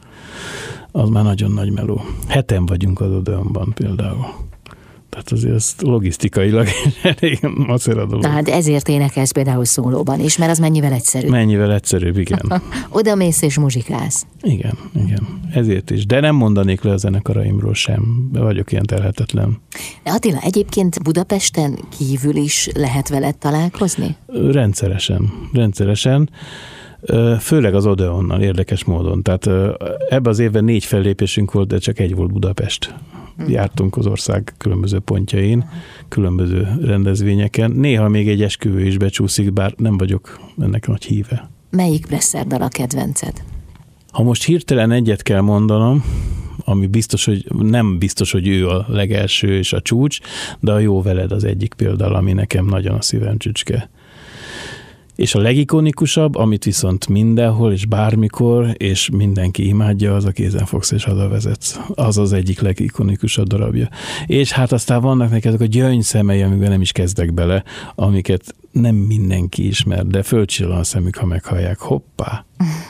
az már nagyon nagy meló. 7-en vagyunk az Odeonban például. Tehát azért ezt logisztikailag elég macera dolog. Tehát ezért énekelsz például szólóban is, mert az mennyivel egyszerűbb. Mennyivel egyszerűbb, igen. Oda mész és muzsikálsz. Igen. Ezért is. De nem mondanék le a zenekaraimról sem. Vagyok ilyen terhetetlen. De Attila, egyébként Budapesten kívül is lehet veled találkozni? Rendszeresen. Főleg az Odeonnal, érdekes módon. Tehát ebben az évben 4 fellépésünk volt, de csak egy volt Budapest. Jártunk az ország különböző pontjain, különböző rendezvényeken. Néha még egy esküvő is becsúszik, bár nem vagyok ennek nagy híve. Melyik Bresser dal a kedvenced? Ha most hirtelen egyet kell mondanom, ami nem biztos, hogy ő a legelső és a csúcs, de a Jó veled az egyik például, ami nekem nagyon a szívem csücske. És a legikonikusabb, amit viszont mindenhol és bármikor, és mindenki imádja, az a Kézen fogsz és hazavezetsz. Az az egyik legikonikusabb darabja. És hát aztán vannak neked a gyöngyszemei, amiben nem is kezdek bele, amiket nem mindenki ismer, de fölcsillan a szemük, ha meghallják. Hoppá!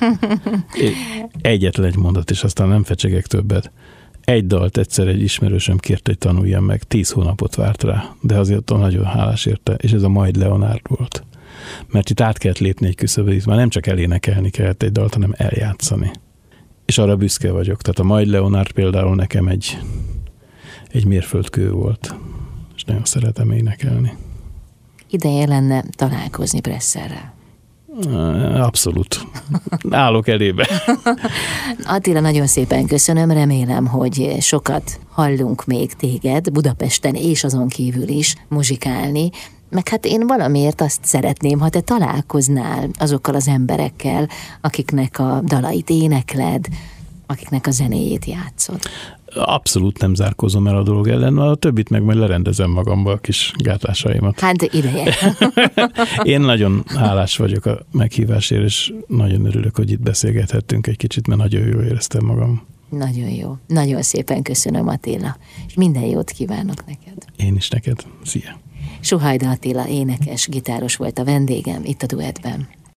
Egyetlen egy mondat, és aztán nem fecsegek többet. Egy dalt egyszer egy ismerősöm kért, hogy tanuljam meg, 10 hónapot várt rá, de azért nagyon hálás érte, és ez a Majd Leonárd volt. Mert itt át kellett lépni egy küszöböt, itt már nem csak elénekelni kellett egy dalt, hanem eljátszani. És arra büszke vagyok. Tehát a Majd Leonárd például nekem egy mérföldkő volt, és nagyon szeretem énekelni. Ideje lenne találkozni Bresserrel. Abszolút. Állok elébe. Attila, nagyon szépen köszönöm, remélem, hogy sokat hallunk még téged Budapesten és azon kívül is muzsikálni, meg hát én valamiért azt szeretném, ha te találkoznál azokkal az emberekkel, akiknek a dalait énekled, akiknek a zenéjét játszod. Abszolút nem zárkózom el a dolog ellen, a többit meg majd lerendezem magamba a kis gátlásaimat. Hát ideje. Én nagyon hálás vagyok a meghívásért, és nagyon örülök, hogy itt beszélgethettünk egy kicsit, mert nagyon jól éreztem magam. Nagyon jó. Nagyon szépen köszönöm, Attila, és minden jót kívánok neked. Én is neked. Szia! Suhajda Attila énekes, gitáros volt a vendégem itt a Duettben.